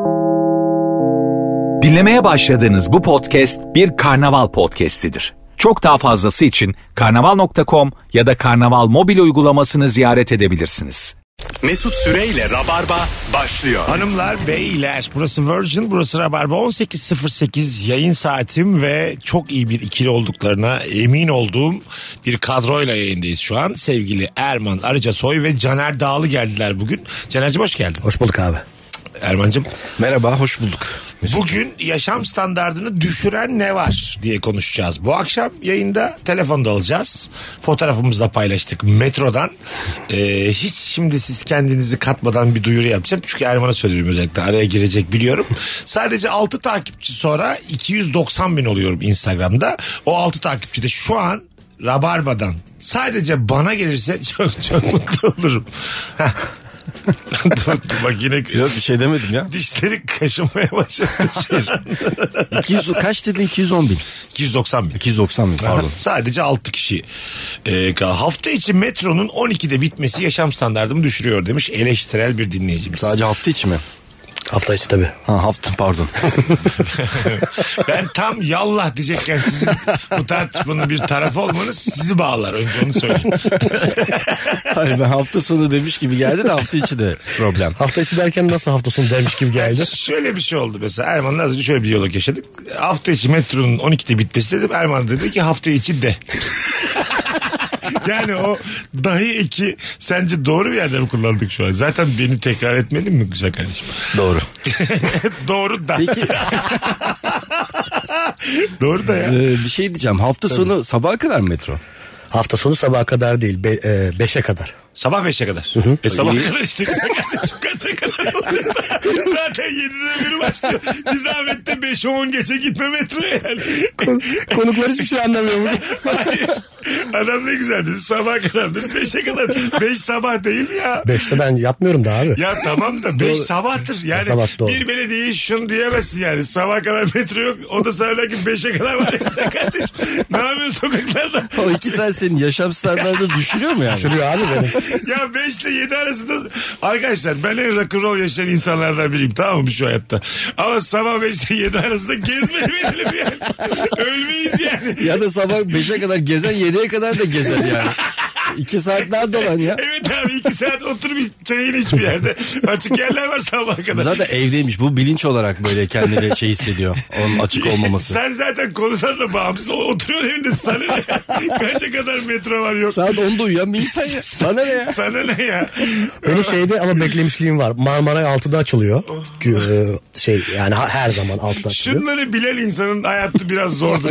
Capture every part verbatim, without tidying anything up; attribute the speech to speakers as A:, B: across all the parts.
A: Dinlemeye başladığınız bu podcast bir karnaval podcastidir. Çok daha fazlası için karnaval nokta com ya da karnaval mobil uygulamasını ziyaret edebilirsiniz.
B: Mesut Süreyle Rabarba başlıyor.
C: Hanımlar, beyler, burası Virgin, burası Rabarba. on sekiz sıfır sekiz yayın saatim ve çok iyi bir ikili olduklarına emin olduğum bir kadroyla yayındayız şu an. Sevgili Erman Arıcasoy ve Caner Dağlı geldiler bugün. Caner'cim hoş geldin.
D: Hoş bulduk abi.
C: Erman'cım.
D: Merhaba, hoş bulduk.
C: Bugün yaşam standardını düşüren ne var diye konuşacağız. Bu akşam yayında telefonda alacağız. Fotoğrafımızı da paylaştık metrodan. Ee, hiç şimdi siz kendinizi katmadan bir duyuru yapacağım. Çünkü Erman'a söylüyorum, özellikle araya girecek biliyorum. Sadece altı takipçi sonra iki yüz doksan bin oluyorum Instagram'da. O altı takipçi de şu an Rabarba'dan sadece bana gelirse çok çok mutlu olurum. dur, dur, bak yine
D: yok bir şey demedim ya.
C: Dişleri kaşınmaya başladı.
D: iki yüz kaç dedin? iki yüz on bin.
C: iki yüz doksan bin.
D: iki yüz doksan bin pardon.
C: Sadece altı kişi. Ee, hafta içi metronun on ikide bitmesi yaşam standartımı düşürüyor demiş eleştirel bir dinleyicimiz.
D: Sadece hafta içi mi?
E: Hafta içi tabii.
D: Ha hafta pardon.
C: Ben tam yallah diyecekken sizin bu tartışmanın bir tarafı olmanız sizi bağlar. Önce onu söyleyeyim.
D: Hayır, ben hafta sonu demiş gibi geldi de hafta içi de problem.
E: Hafta içi derken nasıl hafta sonu demiş gibi geldi?
C: Yani şöyle bir şey oldu mesela. Erman'la az önce şöyle bir diyalog yaşadık. Hafta içi metronun on ikide bitmesi dedim. Erman dedi ki hafta içi de. Yani o dahi iki sence doğru bir yerde mi kullandık şu an? Zaten beni tekrar etmedin mi güzel kardeşim?
D: Doğru.
C: Doğru da.
D: Peki.
C: Doğru da ya.
D: Ee, bir şey diyeceğim. Hafta Tabii. sonu sabaha kadar mı metro?
E: Hafta sonu sabaha kadar değil, be, e, beşe kadar.
C: Sabah beşe kadar. Hı hı. E sabah İyi. kadar işte güzel kardeşim, kaça kadar olacak? Zaten yedide biri başlıyor. Bir zahmette beşe on geçe gitme metroya yani.
E: Kon, konuklar hiçbir şey anlamıyor mu?
C: Hayır. Adam ne güzel dedi. Sabah kadar dedi. Beşe kadar. Beş sabah değil mi ya?
E: Beşte ben yatmıyorum da abi.
C: Ya tamam da beş sabahtır. Yani sabah, bir belediye şunu diyemezsin yani. Sabah kadar metro yok. O da söyler ki beşe kadar var ya kardeşim. Ne yapıyorsun sokaklarda?
D: O iki saat senin yaşam standartını düşürüyor mu yani?
E: Düşürüyor abi benim.
C: Ya beş ile yedi arasında arkadaşlar ben en rock'n'roll yaşayan insanlardan biriyim, tamam mı şu hayatta? Ama sabah beş ile yedi arasında gezmeli verelim yani. Ölmeyiz yani.
D: Ya da sabah beşe kadar gezen yediye kadar da gezer yani. İki saat daha dolan ya.
C: Evet abi, iki saat otur bir çayını iç bir yerde. Açık yerler var sabaha kadar.
D: Zaten evdeymiş, bu bilinç olarak böyle kendini şey hissediyor. Onun açık olmaması.
C: Sen zaten konularla bağımsız oturuyorsun evinde, sana ne? Kaça kadar metro var yok.
D: Saat onda uyuyan bir insan ya. Sana ne ya?
C: Sana ne ya?
E: Benim şeyde ama beklemişliğim var. Marmaray altıda açılıyor. Oh. Şey yani her zaman altıda açılıyor.
C: Şunları bilen insanın hayatı biraz zordur.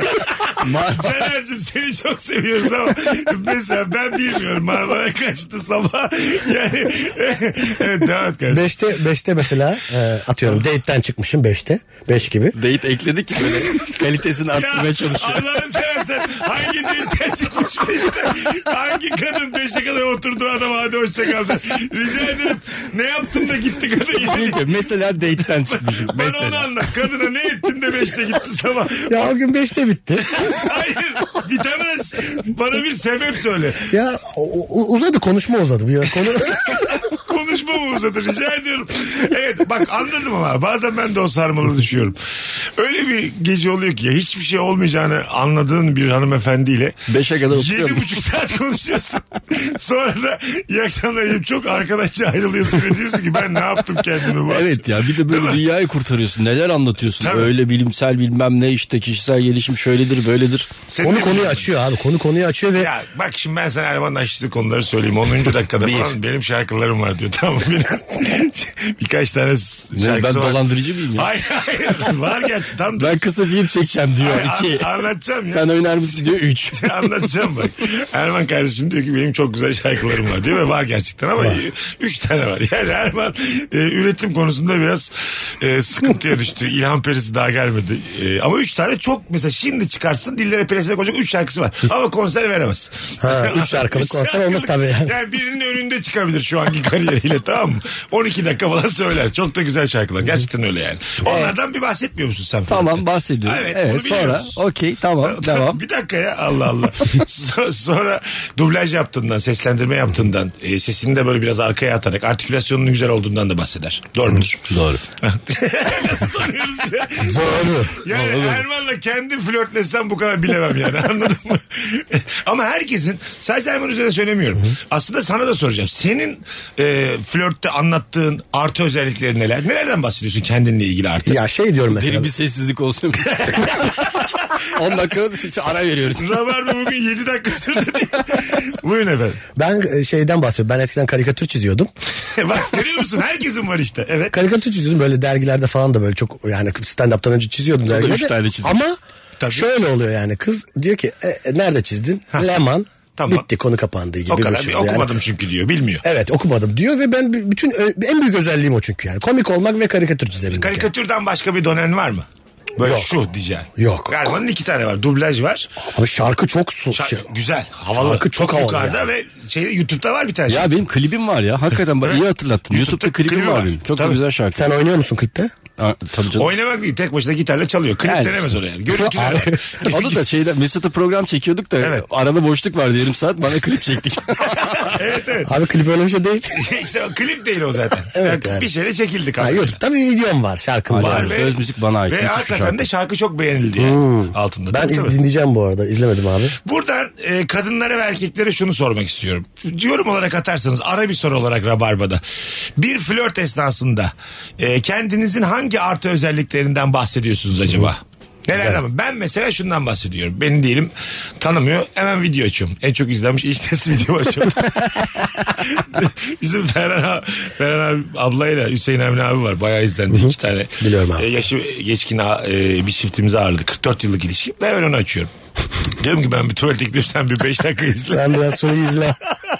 C: Caner'cim seni çok seviyoruz ama mesela ben bilmiyorum Marmara kaçtı sabah yani. Evet, devam et kardeşim.
E: Beşte, beşte mesela e, atıyorum date'den çıkmışım beşte. Beş gibi.
D: Date ekledik ki böyle kalitesini arttırmaya çalışıyor.
C: Allah'ını seversen hangi date'den çıkmış beşte? Hangi kadın beşe kadar oturduğu adam hadi hoşçakal. Rica ederim, ne yaptın da gitti kadın?
D: Mesela date'den çıkmışım.
C: Bana
D: mesela.
C: onu anlat. Kadına ne ettin de beşte gitti sabah?
E: Ya o gün beşte bitti.
C: Hayır, bitemez. Bana bir sebep söyle.
E: Ya o, uzadı, konuşma uzadı. Bir konu...
C: Konuşma mı uzadı, rica ediyorum. Evet bak, anladım ama bazen ben de o sarmalı düşüyorum. Öyle bir gece oluyor ki ya, hiçbir şey olmayacağını anladığın bir hanımefendiyle
D: beşe kadar oturuyorum.
C: Yedi buçuk saat konuşuyorsun. Sonra da iyi akşamlar çok arkadaşça ayrılıyorsun ve diyorsun ki ben ne yaptım kendime bu
D: Evet
C: akşam.
D: ya, bir de böyle dünyayı kurtarıyorsun. Neler anlatıyorsun?
C: Tabii.
D: Öyle bilimsel bilmem ne işte, kişisel gelişim şöyledir böyledir.
C: Senin
E: konu konuyu açıyor abi. Konu konuyu açıyor ve...
C: Ya bak şimdi ben sana Erman Aşçısı konuları söyleyeyim. onuncu dakikada falan benim şarkılarım var diyor. Tamam mı? Birkaç tane şarkısı
D: ben
C: var.
D: dolandırıcı mıyım ya?
C: Hayır hayır. Var gerçi. Tam
D: ben kısa film çekeceğim diyor.
C: Hayır,
D: iki.
C: An, anlatacağım ya.
D: Sen oynar mısın diyor. Üç.
C: Anlatacağım bak. Erman kardeşim diyor ki benim çok güzel şarkılarım var diyor ve var gerçekten ama var. Üç tane var. Yani Erman e, üretim konusunda biraz e, sıkıntıya düştü. İlham perisi daha gelmedi. E, ama üç tane çok, mesela şimdi çıkarsın dillere peresine koyacak üç şarkısı var. Ama konser veremez.
E: Ha, üç şarkılık konser olmaz tabii yani.
C: Yani birinin önünde çıkabilir şu anki kariyeriyle, tamam mı? on iki dakika falan söyler. Çok da güzel güzel şarkılar. Gerçekten öyle yani. Onlardan bir bahsetmiyor musun sen?
D: Tamam bahsediyorum.
C: Evet,
D: Evet,
C: bunu
D: sonra
C: biliyoruz.
D: okey tamam devam.
C: Bir dakika ya Allah Allah. So- sonra dublaj yaptığından, seslendirme yaptığından, e, sesini de böyle biraz arkaya atarak artikülasyonunun güzel olduğundan da bahseder. Doğru mudur?
D: Doğru.
C: Nasıl tanıyoruz ya?
E: Doğru.
C: Yani Erman'la kendim flörtlesem bu kadar bilemem yani, anladın mı? Ama herkesin, sadece Erman üzerine söylemiyorum. Aslında sana da soracağım. Senin e, flörtte anlattığın artı özellikleri neler? Nelerden bahsediyorsun kendinle ilgili artı?
E: Ya şey diyorum mesela.
D: Derin bir sessizlik olsun. on dakika ara veriyoruz.
C: Rabarba bugün yedi dakika sürdü diye. Buyurun efendim.
E: Ben e, şeyden bahsediyorum. Ben eskiden karikatür çiziyordum.
C: Bak görüyor musun? Herkesin var işte. Evet.
E: Karikatür çiziyordum böyle dergilerde falan da böyle çok, yani stand-up'tan önce çiziyordum dergilerde.
D: üç tane çizdim.
E: Ama
C: Tabii.
E: şöyle oluyor yani, kız diyor ki e, e, nerede çizdin? Leman.
C: Tamam.
E: Bitti, konu kapandı gibi.
C: O kadar
E: bir şey.
C: bir okumadım
E: Yani,
C: çünkü diyor. Bilmiyor.
E: evet okumadım diyor ve ben b- bütün ö- en büyük özelliğim o çünkü yani. Komik olmak ve karikatür çizebilmek.
C: Karikatürden başka bir donen var mı? Böyle
E: Yok.
C: şu diyeceksin.
E: Yok.
C: Erman'ın iki tane var. Dublaj var.
E: Abi şarkı çok su.
C: Şarkı,
E: şey-
C: güzel. Havalı.
E: Şarkı çok havalı
C: yukarıda
E: yani.
C: ve şeyde YouTube'da var bir tane.
D: Ya benim klibim var ya. Hakikaten bak iyi hatırlattın.
C: YouTube'da
D: YouTube'da klibim
C: klibi
D: var
C: var.
D: benim. Çok da
C: Tabii.
D: güzel şarkı.
E: Sen oynuyor musun klipte?
D: Aa, tabii canım.
C: Oynamak değil, tek başına gitarla çalıyor. Klip
D: Yani.
C: denemez oraya. Yani. Görüntüler var.
D: Onu da şeyde Mesut'la program çekiyorduk da
C: Evet.
D: arada boşluk vardı yarım saat, bana klip çektik.
C: Evet evet.
E: Abi klip öyle bir şey değil.
C: İşte o klip değil o zaten.
E: Evet
C: Yani
E: yani.
C: Bir şeyle çekildik.
E: Ha,
C: aslında.
E: YouTube'da bir videom var, şarkım
D: Var.
E: var.
D: Yani söz müzik bana ait.
C: Ve
D: Müthiş bir
C: hakikaten
D: şarkı.
C: de şarkı çok beğenildi yani altında.
E: Ben
C: Tabii,
E: iz,
C: tabii.
E: dinleyeceğim bu arada, izlemedim abi.
C: Buradan e, kadınlara ve erkeklere şunu sormak istiyorum. Yorum olarak atarsanız, ara bir soru olarak Rabarba'da. Bir flört esnasında e, kendinizin hangi artı özelliklerinden bahsediyorsunuz acaba? Nelerden? Ben mesela şundan bahsediyorum. Beni diyelim tanımıyor. Hemen video açıyorum. En çok izlenmiş iş testi video açıyorum. Bizim Ferhan, abi, Ferhan abi, ablayla Hüseyin Emre abi var. Bayağı izlendi. iki tane.
E: Biliyorum abi.
C: E, yaşı geçkin e, bir çiftimizi ağırladı. kırk dört yıllık ilişki. Ben onu açıyorum. Diyorum ki ben bir tuvalete gidip sen bir beş dakika izle.
E: Sen biraz sonra izle.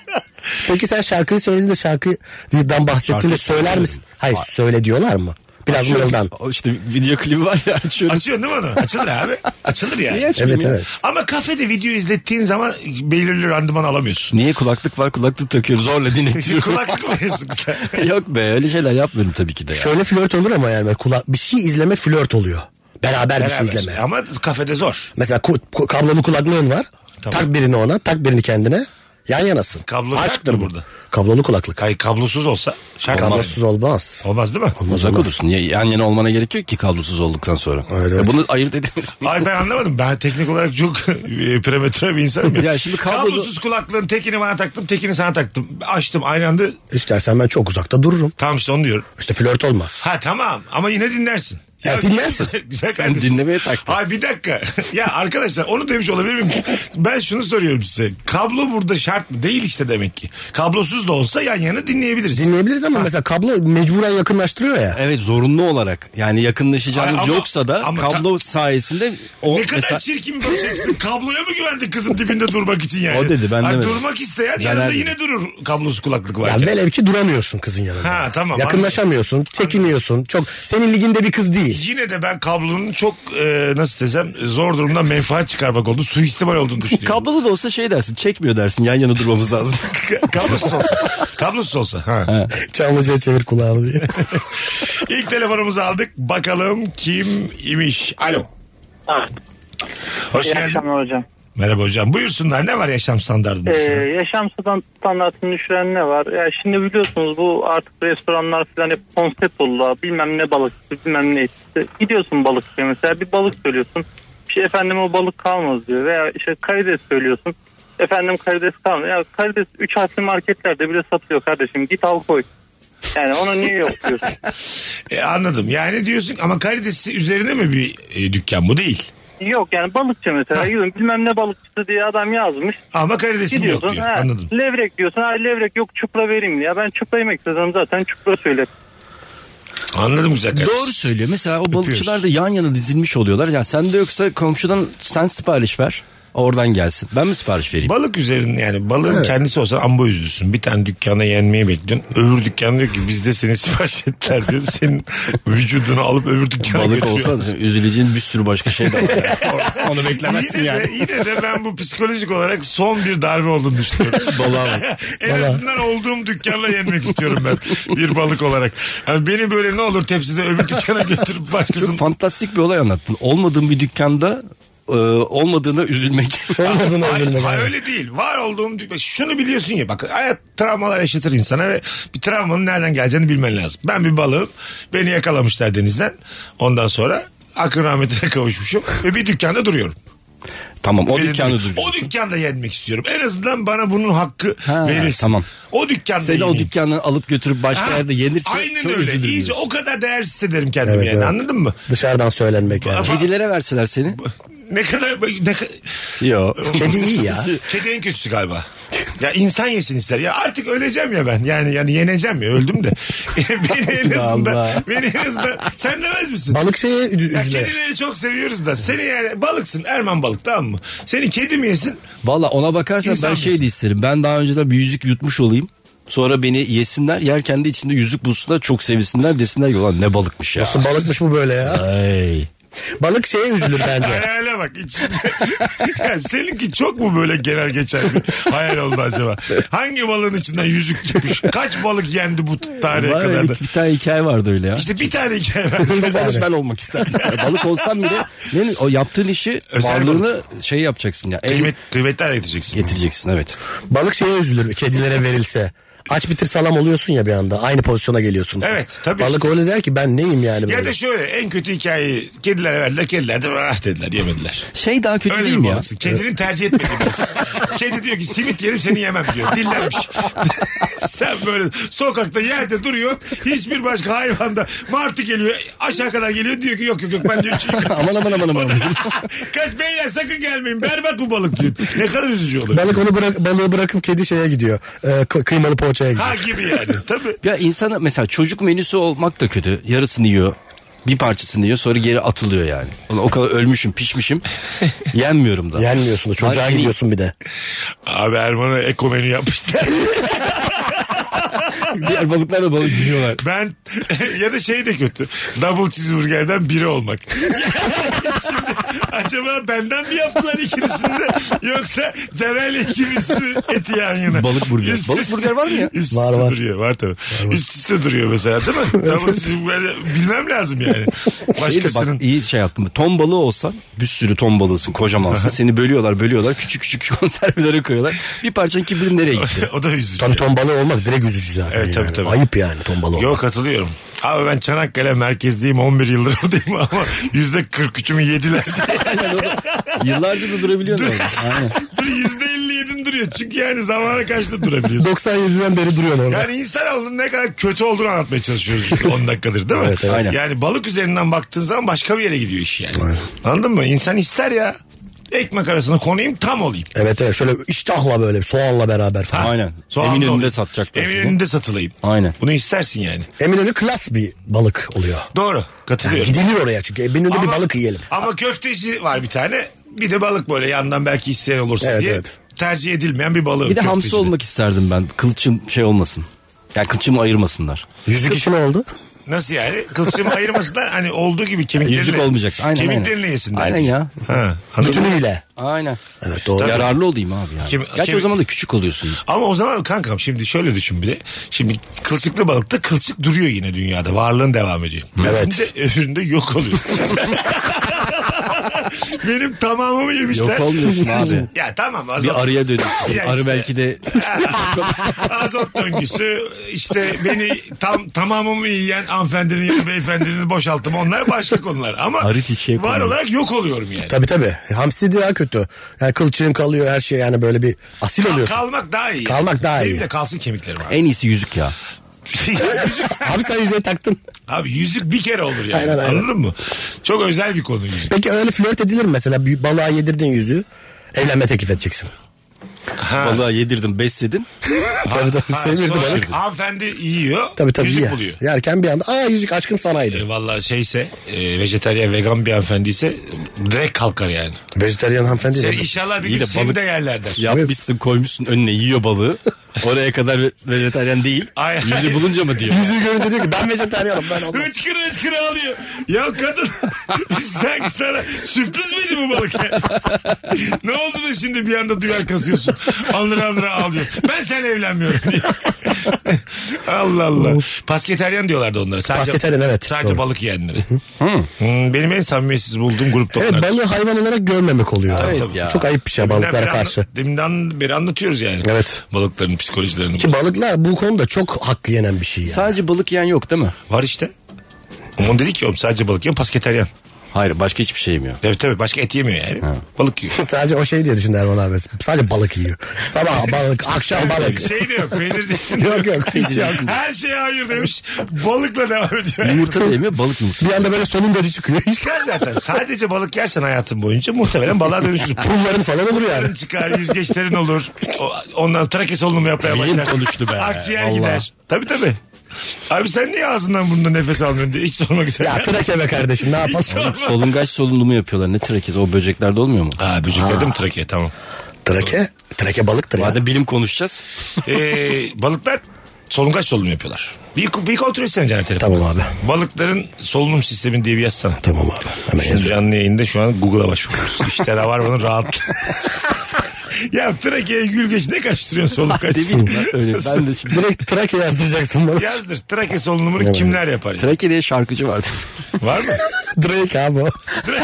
E: Peki sen şarkıyı söylediğinde şarkıdan bahsettiğinde
D: Şarkı
E: söyler misin? Hayır, söyle diyorlar mı? Biraz mırıldan.
D: O işte video klibi var ya, açıyorum.
C: Açıyorsun değil mi onu? Açılır abi. Açılır yani.
D: Niye açmayayım
E: Evet
D: ya?
E: evet.
C: Ama kafede video izlettiğin zaman belirli randıman alamıyorsun.
D: Niye, kulaklık var, kulaklık takıyoruz, zorla dinletiyorum.
C: Kulaklık mı veriyorsun sen?
D: Yok be, öyle şeyler yapmıyorum tabii ki de ya.
E: Şöyle flört olur ama yani kula- bir şey izleme flört oluyor. Beraber, bir şey
C: Beraber.
E: izleme.
C: Ama kafede zor.
E: Mesela ku- ku- kablolu kulaklığın var.
C: Tamam.
E: Tak birini ona, tak birini kendine. Yan yanasın.
C: Kablo
E: Aşktır
C: yok mu
E: bu.
C: burada?
E: Kablolu kulaklık.
C: Kay kablosuz olsa şarkı
E: Kablosuz olmaz.
C: olmaz değil mi?
D: Uzak
E: olmaz.
D: olursun. Niye? Yan yana olmana gerek yok ki kablosuz olduktan sonra.
E: Evet,
D: Ya
E: evet.
D: bunu ayırt edemez.
C: Ay ben anlamadım. Ben teknik olarak çok e, prematüre bir insanım ya.
D: Ya şimdi kablo-
C: Kablosuz kulaklığın tekini bana taktım, tekini sana taktım. Açtım aynı anda.
E: İstersen ben çok uzakta dururum.
C: Tamam işte onu diyorum.
E: İşte flört olmaz.
C: Ha tamam ama yine dinlersin.
E: Ya dinlersin.
C: Güzel
D: Sen
C: kardeşim.
D: dinlemeye taktın.
C: Ay bir dakika. Ya arkadaşlar onu demiş olabilir miyim? Ben şunu soruyorum size. Kablo burada şart mı? Değil işte demek ki. Kablosuz da olsa yan yana dinleyebiliriz.
E: Dinleyebiliriz ama mesela kablo mecburen yakınlaştırıyor ya.
D: Evet, zorunlu olarak. Yani yakınlaşacağınız
C: Ay, ama-
D: yoksa da
C: ama
D: kablo sayesinde o
C: Ne kadar
D: mesela-
C: çirkin bir bakış açısı. Kabloya mı güvendin kızın dibinde durmak için yani?
D: O dedi, ben
C: Ay,
D: demedim.
C: Durmak isteyen
D: Caner
C: yanında
D: dedi.
C: yine durur kablosuz kulaklık varken.
E: Ya velev ki duramıyorsun kızın yanında.
C: Ha, tamam,
E: Yakınlaşamıyorsun, çekiniyorsun. Çok senin liginde bir kız değil.
C: Yine de ben kablonun çok e, nasıl desem zor durumdan menfaat çıkarmak oldu. Suistimal olduğunu düşünüyorum.
D: Kablolu da olsa şey dersin, çekmiyor dersin, yan yana durmamız lazım.
C: Kablosuz olsa. Kablosuz olsa. Ha.
E: Çamlıca'ya çevir kulağını diye.
C: İlk telefonumuzu aldık. Bakalım kim imiş. Alo.
F: Ha.
C: Hoş
F: İyi
C: geldin.
F: akşamlar hocam.
C: Merhaba hocam. Buyursunlar. Ne var yaşam standartında?
F: Ee, yaşam standartını düşüren ne var? Ya şimdi biliyorsunuz bu artık restoranlar falan hep konsept oldu. Bilmem ne balıkçı, bilmem ne etkisi. Gidiyorsun balıkçıya mesela bir balık söylüyorsun. Bir şey efendim o balık kalmaz diyor. Veya işte karides söylüyorsun. Efendim karides kalmıyor. Ya karides üç harfli marketlerde bile satılıyor kardeşim. Git al koy. Yani ona niye yok diyorsun?
C: E, anladım. Yani diyorsun ama karidesi üzerine mi bir e, dükkan bu değil?
F: Yok yani balıkçı mesela. Gidiyorsun, bilmem ne balıkçısı diye adam yazmış.
C: Ama karidesim yok
F: Gidiyorsun.
C: diyor.
F: Ha,
C: Anladım.
F: levrek diyorsun. Ha, levrek yok çupra vereyim diye. Ben çupra yemek istedim zaten çupra söyle.
C: Anladım güzel kardeşim.
D: Doğru söylüyor. Mesela o balıkçılar da yan yana dizilmiş oluyorlar. Yani sende yoksa komşudan sen sipariş ver. Oradan gelsin. Ben mi sipariş vereyim?
C: Balık üzerinde yani balığın evet. kendisi olsa amba üzülürsün. Bir tane dükkana yenmeyi bekliyorsun. Öbür dükkan diyor ki bizde seni sipariş ettiler diyor. Senin vücudunu alıp öbür dükkana
D: Balık
C: götürüyor.
D: olsa üzüleceğin bir sürü başka şey de var. Yani. Onu beklemezsin
C: yine
D: yani.
C: De, yine de ben bu psikolojik olarak son bir darbe olduğunu düşünüyorum.
D: Balığa bak.
C: En azından olduğum dükkanla yenmek istiyorum ben. Bir balık olarak. Yani beni böyle ne olur tepside öbür dükkana götürüp başkasının...
D: Çok fantastik bir olay anlattın. Olmadığım bir dükkanda e, olmadığına üzülmek.
E: Olmadığına üzülmek.
C: Hayır öyle değil. Var olduğum dükkan. Şunu biliyorsun ya bak hayat travmalar yaşatır insana ve bir travmanın nereden geleceğini bilmen lazım. Ben bir balığım. Beni yakalamışlar denizden. Ondan sonra akıl rahmetine kavuşmuşum ve bir dükkanda duruyorum.
D: Tamam o
C: Benim,
D: dükkanda duracaksın.
C: O dükkanda yenmek istiyorum. En azından bana bunun hakkı
D: ha,
C: verilsin.
D: Tamam.
C: O dükkanda
D: seni
C: yeneyim.
D: o dükkandan alıp götürüp başka ha, yerde yenirse
C: aynen
D: çok
C: öyle.
D: üzülür
C: İyice
D: diyorsun.
C: o kadar değersiz hissederim kendimi
E: evet,
C: yani
E: evet.
C: Anladın mı?
E: Dışarıdan söylenmek yani.
D: Kedilere verseler seni.
C: Ne kadar... Ne kadar...
D: Yok.
E: Kedi iyi ya.
C: Kedi en kötüsü galiba. Ya insan yesin ister. Ya artık öleceğim ya ben. Yani yani yeneceğim ya öldüm de. beni en azından beni en azından sen demez misin?
E: Balık şeye üzüle.
C: Ya kedileri çok seviyoruz da seni yani balıksın Erman balık tamam mı? Seni kedi mi yesin?
D: Valla ona bakarsan
C: İnsan
D: ben
C: mısın?
D: şey de isterim. Ben daha önceden bir yüzük yutmuş olayım. Sonra beni yesinler. Yerken de içinde yüzük bulsunlar. Çok sevinsinler. Desinler ki ulan ne balıkmış ya.
E: Nasıl balıkmış bu böyle ya?
D: Ay.
E: Balık şeye üzülür bence.
C: Hayale bak içinde. Yani seninki çok mu böyle genel geçer bir hayal oldu acaba? Hangi balığın içinden yüzük çıkmış? Kaç balık yendi bu tarihe
D: Var
C: kadar
D: ya,
C: da?
D: bir, bir tane hikaye vardı öyle ya.
C: İşte bir tane hikaye var.
D: balık ben olmak isterdim. Balık olsam bile ne, o yaptığın işi
C: Özel
D: varlığını şey yapacaksın ya.
C: Kıymet, kıymetli hale getireceksin.
D: Getireceksin evet.
E: Balık şeye üzülür kedilere verilse. Aç bitir salam oluyorsun ya bir anda. Aynı pozisyona geliyorsun.
C: Evet tabii.
E: Balık
C: işte.
E: öyle der ki ben neyim yani böyle.
C: Ya da şöyle en kötü hikayeyi kedilere verdiler. Kediler de ah dediler yemediler.
D: Şey daha kötü
C: Öyle
D: değil
C: bir
D: mi ya?
C: balıksın. Kedinin tercih etmediği balıksın. Kedi diyor ki simit yerim seni yemem diyor. Dillenmiş. Sen böyle sokakta yerde duruyor. Hiçbir başka hayvanda martı geliyor. Aşağı kadar geliyor diyor ki yok yok yok ben diyor.
D: aman aman aman aman.
C: Kaç beyler sakın gelmeyin. Berbat bu balık diyor. Ne kadar üzücü olur.
E: Balık onu bırak, balığı bırakıp kedi şeye gidiyor. Ee, kı- kıymalı poğaçaya gidiyor.
C: Ha gibi yani. Tabii.
D: Ya insana mesela çocuk menüsü olmak da kötü. Yarısını yiyor. Bir parçasını yiyor sonra geri atılıyor yani. O kadar ölmüşüm pişmişim. Yenmiyorum da.
E: Yenmiyorsun da çocuğa
D: Hani-
E: gidiyorsun bir de.
C: Abi Erman'a eko menü yapmışlar.
D: Diğer balıklar da balık yiyorlar.
C: Ben ya da şey de kötü. Double cheeseburger'den biri olmak. Şimdi acaba benden mi yaptılar ikincisinde yoksa Caner'le ikimiz mi eti yan yana?
D: Balık burger.
C: Üst
D: Balık
C: üste-
D: burger var mı ya?
C: Üst
E: Var,
C: üste
E: var.
C: duruyor. Var tabii. Var, var. Üst üste duruyor mesela değil mi? Double cheeseburger bilmem lazım yani.
D: Şeydi,
C: Başkasının.
D: bak iyi şey yaptım. Ton balığı olsan bir sürü ton balığısın kocamansın. Seni bölüyorlar bölüyorlar. Küçük küçük konservelere koyuyorlar. Bir parçanın kim bilir nereye gitti.
C: O da üzücü.
E: Tabii ton balığı olmak direkt üzücü zaten.
C: Evet, tabii,
E: yani.
C: tabii.
E: Ayıp yani ton balığı olmak.
C: Yok katılıyorum. Abi ben Çanakkale merkezdeyim on bir yıldır oradayım ama yüzde kırk üçümü yediler.
D: Yıllarca da durabiliyorsun orada. Aynen.
C: yüzde elli yedin duruyor. Çünkü yani zamana karşı da durabiliyorsun.
E: doksan yediden beri duruyorsun orada.
C: Yani insanoğlunun ne kadar kötü olduğunu anlatmaya çalışıyoruz işte on dakikadır değil mi?
E: Evet, evet.
D: Aynen.
C: Yani balık üzerinden baktığın zaman başka bir yere gidiyor iş yani. Anladın mı? İnsan ister ya. Ekmek arasına konayım tam olayım.
E: Evet evet şöyle iştahla böyle soğanla beraber falan.
D: Aynen.
C: Soğanlı
D: Eminönü'nde
C: olayım.
D: satacaklar.
C: Eminönü'nde satılayım.
D: Aynen.
C: Bunu istersin yani.
E: Eminönü klas bir balık oluyor.
C: Doğru.
E: Yani
C: Katılıyorum.
E: gidilir oraya çünkü Eminönü'nde bir balık yiyelim.
C: Ama köfteci var bir tane. Bir de balık böyle yandan belki isteyen olursa
E: Evet,
C: diye.
E: evet.
C: Tercih edilmeyen bir balığı.
D: Bir de hamsi
C: köftecide.
D: olmak isterdim ben. Kılçım şey olmasın. Yani kılçımı ayırmasınlar.
E: Yüzük işi ne oldu?
C: Nasıl yani? Kılçımı ayırmasınlar hani olduğu gibi kemiklerini.
D: Yüzük olmayacaksın. Aynen,
C: Kemiklerini
D: aynen.
C: yesinler.
D: Aynen ya.
C: Ha, anladın mı?
E: Bütünüyle.
D: Aynen.
E: Evet doğru.
C: Tabii.
D: Yararlı olayım abi yani.
C: Kim-
D: Gerçi
C: kim-
D: o zaman da küçük oluyorsun.
C: Ama o zaman kankam şimdi şöyle düşün bir de. Şimdi kılçıklı balıkta kılçık duruyor yine dünyada. Varlığın devam ediyor.
E: Evet.
C: Öbüründe, öbüründe yok oluyor. Benim tamamımı yemişler.
D: Yok olmuyorsun abi.
C: Ya tamam azot.
D: Bir arıya dönüyorsun.
C: Ya
D: Arı
C: işte.
D: belki de
C: Azot döngüsü işte beni tam tamamımı yiyen hanımefendinin ya da beyefendinin boşaltımı onlar başka konular. Ama
D: Arı çiçeği
C: var
D: konuyor.
C: olarak yok oluyorum yani.
E: Tabii tabii. Hamsi daha kötü. Yani kılçığın kalıyor her şey yani böyle bir asil
C: Kal-
E: oluyorsun.
C: kalmak daha iyi.
E: Kalmak daha
C: Benim
E: iyi.
C: de kalsın kemiklerim abi.
D: en iyisi yüzük ya.
C: Yüzük-
E: Abi sen yüzüğe taktın.
C: abi yüzük bir kere olur yani.
E: Aynen, aynen.
C: Anladın mı? Çok özel bir konu yüzük.
E: Peki öyle flört edilir mi? Mesela bir balığa yedirdin yüzüğü. Evlenme teklif edeceksin.
C: Ha.
D: Balığa yedirdin, besledin.
E: Tabii tabii
C: Ha,
E: semirdi
C: sonra
E: balık.
C: hanımefendi yiyor.
E: Tabii tabii
C: yüzük
E: ya.
C: buluyor.
E: Yerken bir anda aa yüzük aşkım sanaydı.
C: E, Valla şeyse e, vejetaryen vegan bir hanımefendiyse direkt kalkar yani.
E: Vejetaryen hanımefendi
C: Sen
E: de.
C: inşallah bir
D: İyi
C: gün
D: de
C: seni
D: balık-
C: de yerlerden.
D: Yapmışsın, koymuşsun önüne, yiyor balığı. Oraya kadar ve- vejetaryen değil.
C: Ay, ay.
D: Yüzü bulunca mı diyor?
E: Yüzüğü görünce diyor ki ben vejetaryenim ben olmam.
C: Hıçkırı hıçkırı alıyor. Ya kadın sen sana sürpriz miydi bu balık? Ne oldu da şimdi bir anda duyar kasıyorsun. Anlıra anlıra ağlıyor. Ben seninle evlenmiyorum diye. Allah Allah. Pasketeryen diyorlardı onlara. Sadece,
E: Pasketeryen, evet,
C: Sadece
E: doğru.
C: balık yiyenleri. Hmm, benim en samimiyetsiz bulduğum grupta
E: Evet
C: onlar.
E: balığı hayvan olarak görmemek oluyor.
D: Evet
E: Tabii.
D: ya.
E: Çok ayıp bir şey
C: Deminden
E: balıklara
C: beri
E: karşı.
C: anla- Deminden beri anlatıyoruz yani.
E: Evet.
C: Balıkların psikolojilerini.
E: Ki balıklar bu konuda çok hakkı yenen bir şey yani.
D: Sadece balık yiyen yok değil mi?
C: Var işte. Onu dedi ki oğlum sadece balık yiyor pasketeryen.
D: Hayır, başka hiçbir şey yemiyor.
C: Evet tabii başka et yemiyor yani. Balık yiyor.
E: Sadece o şey diye düşün Erman abi. Sadece balık yiyor. Sabah balık, akşam balık.
C: Şey de yok. Peynir zeytin.
E: Yok yok hiç yok.
C: Her şeye hayır demiş. Balıkla devam ediyor.
D: Yumurta da yemiyor, balık yumurta.
E: Bir anda böyle solungacı çıkıyor. Hiç
C: Çıkar zaten. Sadece balık yersen hayatın boyunca muhtemelen balığa dönüşür.
E: pulların falan olur yani.
C: Pulların çıkar, yüzgeçlerin olur. O, ondan trake solunumu yapmaya
D: Bilim
C: başlar.
D: konuştu be.
C: Akciğer
D: Vallahi.
C: gider. Tabii tabii. Abi sen niye ağzından burnunda nefes almıyorsun diye hiç sormak istedim.
E: Ya trake be kardeşim ne yapalım?
D: Solungaç solunumu yapıyorlar. Ne trakezi? O böceklerde olmuyor mu?
C: Ha böceklerde mi trake? Tamam.
E: Trake, trake balıktır ya.
D: Madem bilim konuşacağız.
C: Ee, balıklar solungaç solunumu yapıyorlar. Bir, bir kontrol etsene Caner telefonu.
E: Tamam abi.
C: Balıkların solunum sistemi diye bir yazsana.
E: Tamam abi. Hemen
C: Şimdi
E: yazıyorum.
C: canlı yayında şu an Google'a başvuruyoruz. İşte var bunun rahat. Ya trakeye gülgeç ne karıştırıyorsun solungaç?
D: Ne bileyim ben öyle. Ben de şimdi...
E: Direkt trake yazdıracaksın bana.
C: Yazdır. Trake solunumunu
E: Evet.
C: kimler yapar? Ya?
D: Trake diye şarkıcı vardı.
C: Var mı?
E: Drake abi o.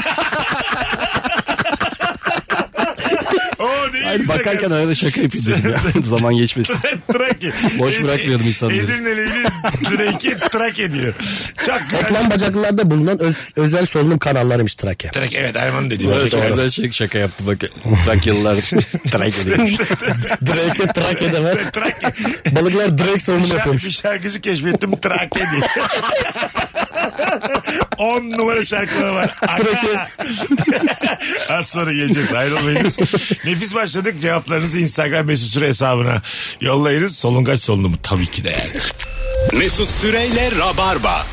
C: Oo, ne
D: Hayır,
C: güzel
D: bakarken
C: kardeşim.
D: arada şaka yapayım dedim ya. Zaman geçmesin.
C: Trake.
D: Boş bırakmıyordum insanları.
C: Edirne'li Drake'i Trake diyor. Çok güzel.
E: Ekran bacaklılarda bulunan öz- özel solunum kanallarıymış trake.
C: Trake evet Ayman dedi.
D: Evet,
C: Trake,
D: güzel şey, şaka yaptı bak. Trakyalılar Trake diyormuş.
E: Drake'le trake de var.
C: Trake.
E: Balıklar Drake solunum
C: Bir
E: yapıyormuş.
C: şarkıcı keşfettim Trake diye. On numara şarkıları var. Az sonra geleceğiz. Ayrılmayınız. Nefis başladık. Cevaplarınızı Instagram Mesut Süre hesabına yollayınız. Solungaç solunumu tabii ki de yani.
B: Mesut Süreyle Rabarba.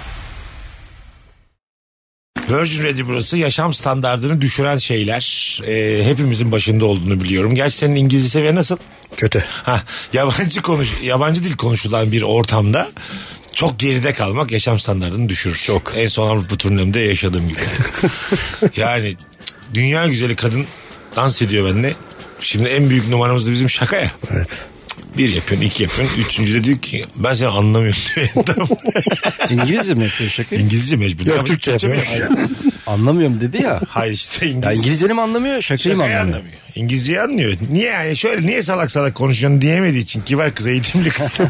C: Virgin Radio burası. Yaşam standartını düşüren şeyler. Ee, hepimizin başında olduğunu biliyorum. Gerçi senin İngilizce seviyen nasıl?
E: Kötü.
C: Ha, yabancı konuş, yabancı dil konuşulan bir ortamda çok geride kalmak yaşam standartını düşürür. Çok. En son Avrupa turnemde yaşadığım gibi. Yani dünya güzeli kadın dans ediyor benimle. Şimdi en büyük numaramız da bizim şaka ya.
E: Evet.
C: Bir yapıyorsun, iki yapıyorsun. Üçüncü de diyor ki ben seni anlamıyorum diyor.
D: İngilizce mi yapıyor şaka?
C: İngilizce mecbur.
E: Yok,
C: Ama
E: Türkçe yapıyor.
C: mi yapıyor?
D: Anlamıyorum dedi ya.
C: Hayır işte
D: Ya
C: İngilizce.
D: İngilizceni mi anlamıyor, şakayı mı
C: Şakayı
D: anlamıyor?
C: anlamıyor. İngilizceyi anlıyor. Niye yani şöyle niye salak salak konuşuyorsun diyemediği için kibar kız eğitimli kız.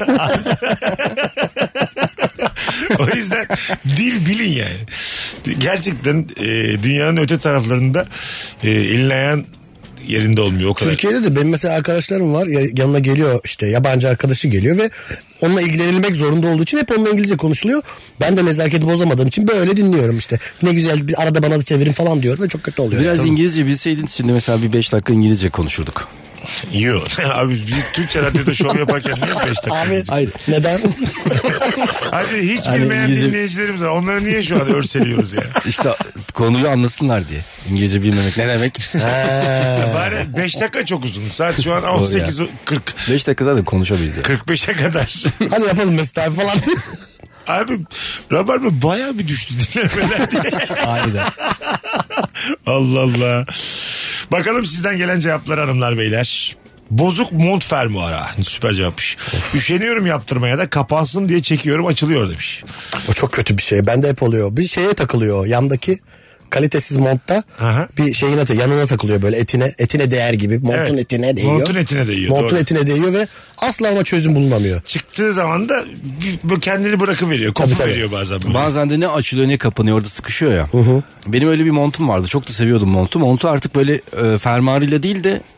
C: O yüzden dil bilin yani. Gerçekten e, dünyanın öte taraflarında e, elin ayağın yerinde olmuyor o kadar.
E: Türkiye'de de benim mesela arkadaşlarım var ya, yanına geliyor işte yabancı arkadaşı geliyor ve onunla ilgilenilmek zorunda olduğu için hep onunla İngilizce konuşuluyor. Ben de nezaketi bozamadığım için böyle dinliyorum işte. Ne güzel bir arada bana da çevirin falan diyorum ve çok kötü oluyor.
D: Biraz
E: yani.
D: İngilizce bilseydin şimdi mesela bir beş dakika İngilizce konuşurduk.
C: Yok. Abi biz Türkçe radyoda şov yaparken niye beş dakika?
E: Abi
D: Hayır.
E: neden?
C: Hadi hiç
D: Hani
C: bilmeyen
D: İngilizce-
C: dinleyicilerimiz var. Onları niye şu an örseliyoruz ya?
D: İşte konuyu anlasınlar diye. İngilizce bilmemek ne demek?
C: Bari beş dakika çok uzun. Saat şu an on sekiz kırk.
D: beş dakika zaten konuşabiliriz ya.
C: kırk beşe kadar.
E: Hadi yapalım Mesut abi falan.
C: Abi Rabarba bayağı bir düştü dinlemeler diye.
D: Aynen.
C: Allah Allah. Bakalım sizden gelen cevaplar hanımlar beyler. Bozuk mont fermuara. Süper cevapmış. Üşeniyorum yaptırmaya da kapansın diye çekiyorum açılıyor demiş.
E: O çok kötü bir şey. Bende hep oluyor. Bir şeye takılıyor. Yandaki kalitesiz montta
C: Aha.
E: bir şeyine yanına takılıyor böyle etine. Etine değer gibi. Montun
C: Evet.
E: etine değiyor.
C: Montun etine değiyor,
E: Montun
C: doğru.
E: etine değiyor ve asla ama çözüm bulunamıyor.
C: Çıktığı zaman da bir- bir kendini bırakıveriyor. Kopu
E: Tabii, tabii.
C: veriyor bazen. Böyle.
D: Bazen de ne açılıyor ne kapanıyor, orada sıkışıyor ya. Benim öyle bir montum vardı. Çok da seviyordum montu. Montu artık böyle e, fermuarıyla değil de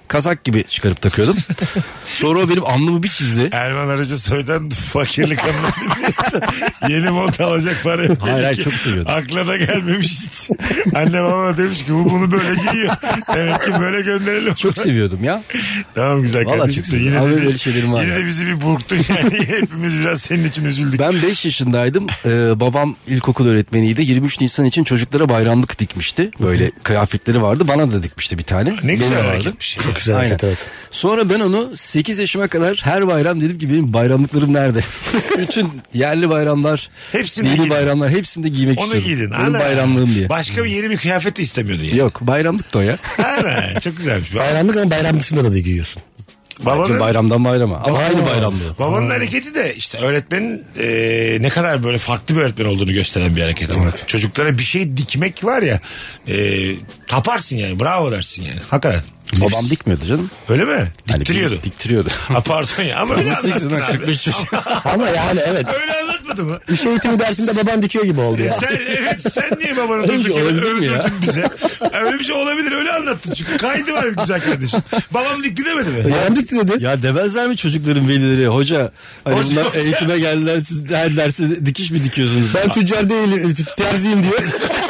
D: kazak gibi çıkarıp takıyordum. Sonra o benim alnımı bir çizdi.
C: Erman Arıcı Soy'dan fakirlik anlamında yeni mont alacak para yok.
D: Hayır hayır çok seviyordum.
C: Aklına da gelmemiş hiç. Annem baba demiş ki bu bunu böyle giyiyor. Demek ki böyle gönderelim.
D: Çok seviyordum ya.
C: Tamam güzel
D: Vallahi
C: kardeşim.
D: çok
C: Yine,
D: Abi
C: de,
D: böyle
C: bir,
D: şeylerim var
C: yine
D: ya.
C: de bizi bir burktun yani. Hepimiz biraz senin için üzüldük.
D: Ben beş yaşındaydım. Ee, babam ilkokul öğretmeniydi. yirmi üç Nisan için çocuklara bayramlık dikmişti. Böyle kıyafetleri vardı. Bana da dikmişti bir tane.
C: Ne
D: Benim de
C: güzel
D: vardı.
C: hareketmiş.
E: Çok güzel
D: Aynen.
E: hareket, evet.
D: Sonra ben onu sekiz yaşıma kadar her bayram dedim ki benim bayramlıklarım nerede? Bütün yerli bayramlar,
C: Hepsinde
D: dini
C: giydin.
D: bayramlar hepsinde giymek
C: Onu
D: istiyorum.
C: giydin.
D: Benim
C: Ana.
D: bayramlığım diye.
C: Başka bir yeni bir kıyafet de istemiyordun yani.
D: Yok bayramlık da o ya.
C: Ana, çok güzelmiş.
E: Bayramlık ama bayram dışında da da giyiyorsun.
C: Babanın,
D: Bayramdan bayrama. Ama aynı bayramlığı.
C: babanın hareketi de işte öğretmenin e, ne kadar böyle farklı bir öğretmen olduğunu gösteren bir hareket. Ama. Çocuklara bir şey dikmek var ya e, taparsın yani, bravo dersin yani. Hakikaten.
D: Babam dikmiyordu canım.
C: Öyle mi?
D: Hani
C: Diktiriyordu.
D: biz Diktiriyordu.
C: Ha, pardon ya ama öyle anlattın abi.
D: kırk beş çocuk.
E: Ama yani evet.
C: Öyle anlatmadı mı?
E: İş eğitimi dersinde baban dikiyor gibi oldu ya.
C: Sen, evet, sen niye babanı
D: Öyle bir
C: durduk
D: şey
C: yere
D: olabilir mi ya?
C: övdürdün bize? Öyle bir şey olabilir, öyle anlattın çünkü kaydı var güzel kardeşim. Babam dikti demedi mi?
E: Bayram dikti dedi.
D: Ya demezler mi çocukların velileri? Hoca hani
C: Hoca,
D: bunlar
C: hoca.
D: eğitime geldiler siz her dersi dikiş mi dikiyorsunuz?
E: Ben tüccar değilim, terziyim diyor.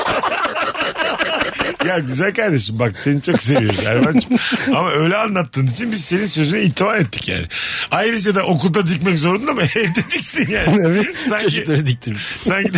C: Ya güzel kardeşim bak seni çok seviyoruz Erman'cığım. Ama öyle anlattığın için biz senin sözüne itibar ettik yani. Ayrıca da okulda dikmek zorunda mı? Evde diksin yani.
E: Evet.
C: Sanki,
D: Çocukları diktirmiş.
C: sanki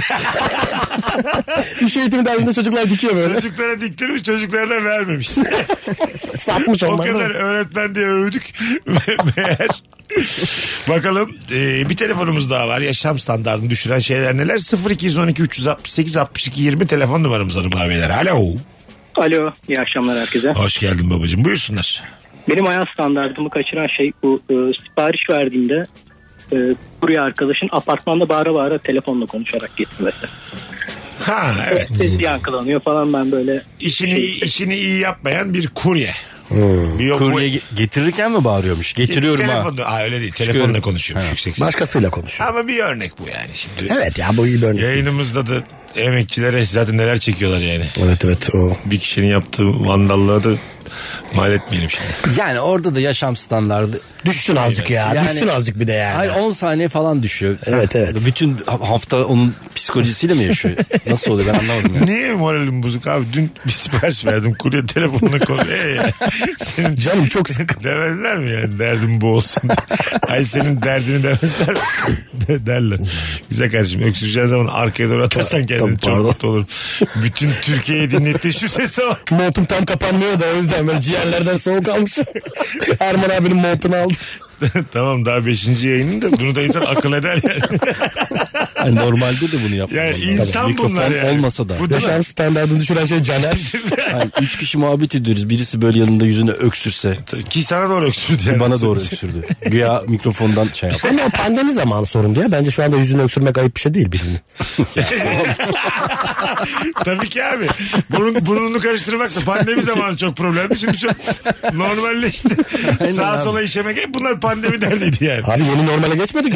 E: İş eğitimi dersinde çocuklar dikiyor böyle.
C: çocuklara diktirmiş, çocuklarına vermemiş.
E: Satmış
C: O
E: onları.
C: kadar öğretmen diye övdük. Meğer. Bakalım e, bir telefonumuz daha var. Yaşam standartını düşüren şeyler neler? sıfır iki on iki üç altı sekiz altmış iki yirmi telefon numaramız hanımlar beyler. Alo.
G: Alo, iyi akşamlar herkese.
C: Hoş geldin babacığım. Buyursunlar.
G: Benim hayat standartımı kaçıran şey bu e, sipariş verdiğimde e, kurye arkadaşın apartmanda bağıra bağıra telefonla konuşarak getirmesi.
C: Ha evet.
G: Ses yankılanıyor falan, ben böyle
C: İşini işini iyi yapmayan bir kurye.
E: Hmm.
C: Bir yok
D: Kurye ge- getirirken mi bağırıyormuş? Getiriyorum ha.
C: Telefonda, aa, öyle değil. Telefonla
D: Çıkıyorum.
C: konuşuyormuş yüksek ses.
E: Başkasıyla konuşuyor.
C: Ama bir örnek bu yani şimdi.
E: Evet ya bu iyi bir örnek.
C: Yayınımızda da emekçilere zaten neler çekiyorlar yani.
E: Evet evet o.
C: Bir kişinin yaptığı vandallığı da mal etmeyelim şimdi.
D: Yani orada da yaşam standardı.
E: Düşsün azıcık ya.
D: Yani-
E: Düşsün azıcık bir de yani.
D: Hayır on saniye falan düşüyor.
E: Evet, evet.
D: Bütün hafta onun psikolojisiyle mi yaşıyor? Nasıl oluyor ben anlamadım ya.
C: Niye moralim bozuk abi? Dün bir sipariş verdim. Kurye telefonuna konuyor ya. Senin
E: Canım çok sıkı.
C: demezler mi yani derdim bu olsun. Ay senin derdini demezler mi? De- derler. Güzel kardeşim öksüreceğin zaman arkaya doğru atarsan kendini çok
E: pardon.
C: mutlu olurum. Bütün Türkiye'ye dinlettiği şu sesi o.
E: Montum tam kapanmıyor da o yüzden böyle ciğerlerden soğuk almış. Erman abinin montunu aldı.
C: Tamam daha beşinci yayının da bunu da insan akıl eder yani.
D: Yani normalde de bunu yapmıyor.
C: Yani insan
D: Mikrofon
C: bunlar yani.
D: olmasa da.
C: Bu değil mi?
E: Yaşam standartını düşüren şey Caner.
D: Yani üç kişi muhabbet ediyoruz. Birisi böyle yanında yüzüne öksürse.
C: Ki sana doğru öksürdü yani.
D: Bana doğru öksürdü. Güya mikrofondan şey yaptı.
E: Ama o pandemi zamanı sorun diye. Bence şu anda yüzünü öksürmek ayıp bir şey değil birinin.
C: Tabii ki abi. Burun, burnunu karıştırmak da pandemi zamanı çok problemli. Şimdi çok normalleşti.
D: Aynen
C: Sağa
D: abi.
C: sola işemek hep bunlar pandemi derdiydi yani.
E: Abi yeni normale geçmedik mi?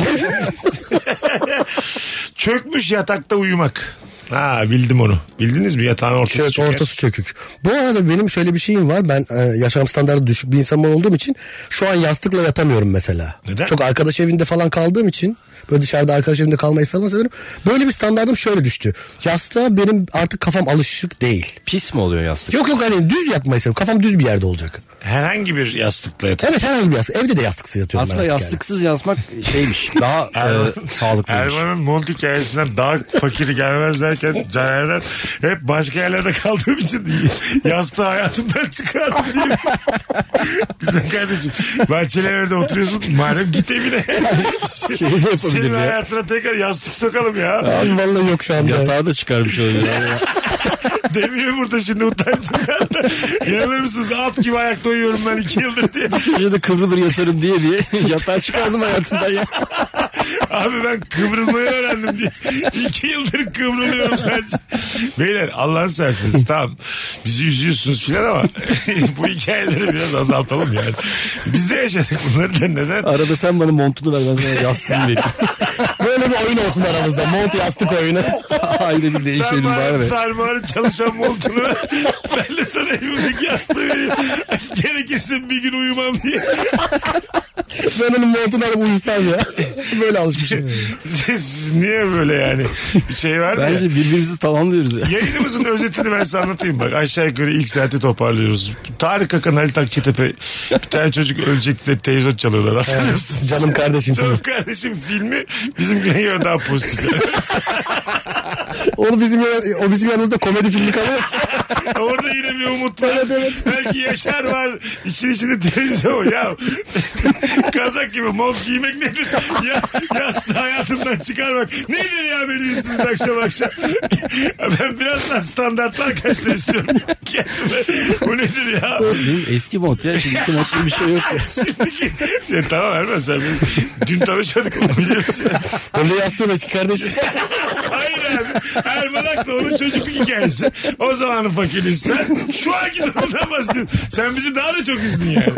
C: Çökmüş yatakta uyumak. Ha bildim onu. Bildiniz mi yatağın ortası
E: Çök,
C: çöker.
E: ortası çökük. Bu arada benim şöyle bir şeyim var. Ben e, yaşam standartı düşük bir insan olduğum için şu an yastıkla yatamıyorum mesela.
C: Neden?
E: Çok arkadaş evinde falan kaldığım için, böyle dışarıda arkadaş evinde kalmayı falan severim. Böyle bir standartım şöyle düştü. Yastığa benim artık kafam alışık değil.
D: Pis mi oluyor yastık?
E: Yok yok hani düz yatmayı seviyorum. Kafam düz bir yerde olacak.
C: Herhangi bir yastıkla yatak.
E: Evet herhangi bir yastık. Evde de yastıksız yatıyorum
D: Aslında
E: ben artık
D: yastıksız yazmak şeymiş. Daha e, sağlıklıymış.
C: Erman'ın mont hikayesinden daha fakiri gelmez derken Caner'den hep başka yerlerde kaldığım için yastığı hayatımdan çıkardım diyeyim. Güzel kardeşim. Bahçeli oturuyorsun. Madem git evine.
D: Şey de yapabilir
C: Senin
D: ya.
C: hayatına tekrar yastık sokalım ya.
E: Yani. Abi vallahi yok şu anda.
D: Yatağı da çıkarmış oluyor.
C: Demiyor burada şimdi utancımdan. İnanır mısınız? At gibi ayakta uyuyorum ben iki yıldır diye.
D: Gece kıvrılır yatarım diye diye yatağı çıkardım hayatımdan ya.
C: Abi ben kıvrılmayı öğrendim diye. İki yıldır kıvrılıyorum sadece. Beyler Allah'ını seversiniz. Tamam. Bizi üzüyorsunuz filan ama bu hikayeleri biraz azaltalım yani. Biz de yaşadık bunları da neden?
D: Arada sen bana montunu ver ben sana yastığını vereyim.
E: Böyle Böyle bir oyun olsun aramızda. Mont yastık oyunu.
D: Ayda bir
C: Sen
D: değişelim bari
C: bana
D: be.
C: fermuarın çalışan montunu ver. Ben de sana evimdeki yastığı vereyim. Gerekirse bir gün uyumam diye.
E: Ben onun montuna alıp uyusam ya. Böyle alışmışım.
C: Siz niye böyle yani? Bir şey var ya.
D: Bence birbirimizi tamamlıyoruz ya.
C: Yayınımızın özetini ben size anlatayım bak. Aşağı yukarı ilk saati toparlıyoruz. Tarık Akan, Halit Akçatepe bir tane çocuk ölecekti de televizyon çalıyorlar. Hatırlıyor musunuz?
E: Canım kardeşim.
C: Canım kardeşim filmi bizimkine göre daha pozitif.
E: Onu bizim yan- o bizim yanımızda komedi filmi kalıyor.
C: Orada yine bir umut var.
E: Evet, evet.
C: Belki Yaşar var. İçin içinde televizyon ya. Kazak gibi mont giymek nedir? Ya, yastığı hayatımdan çıkarmak. Nedir ya beni üstünüz akşam akşam? Ben biraz daha standartlı arkadaşlar istiyorum. Kendime. Bu nedir ya?
D: Benim eski mod ya. Şimdiki modda bir şey yok ya.
C: Şimdiki... Ya tamam Erman sen biz dün tanışmadık onu biliyorsun ya.
E: Öyle yastığım eski kardeşim.
C: Hayır abi. Erman Ak'la onun çocukluk hikayesi. O zamanın fakiriz sen. Şu anki durumdan bahsediyorsun. Sen bizi daha da çok üzdün yani.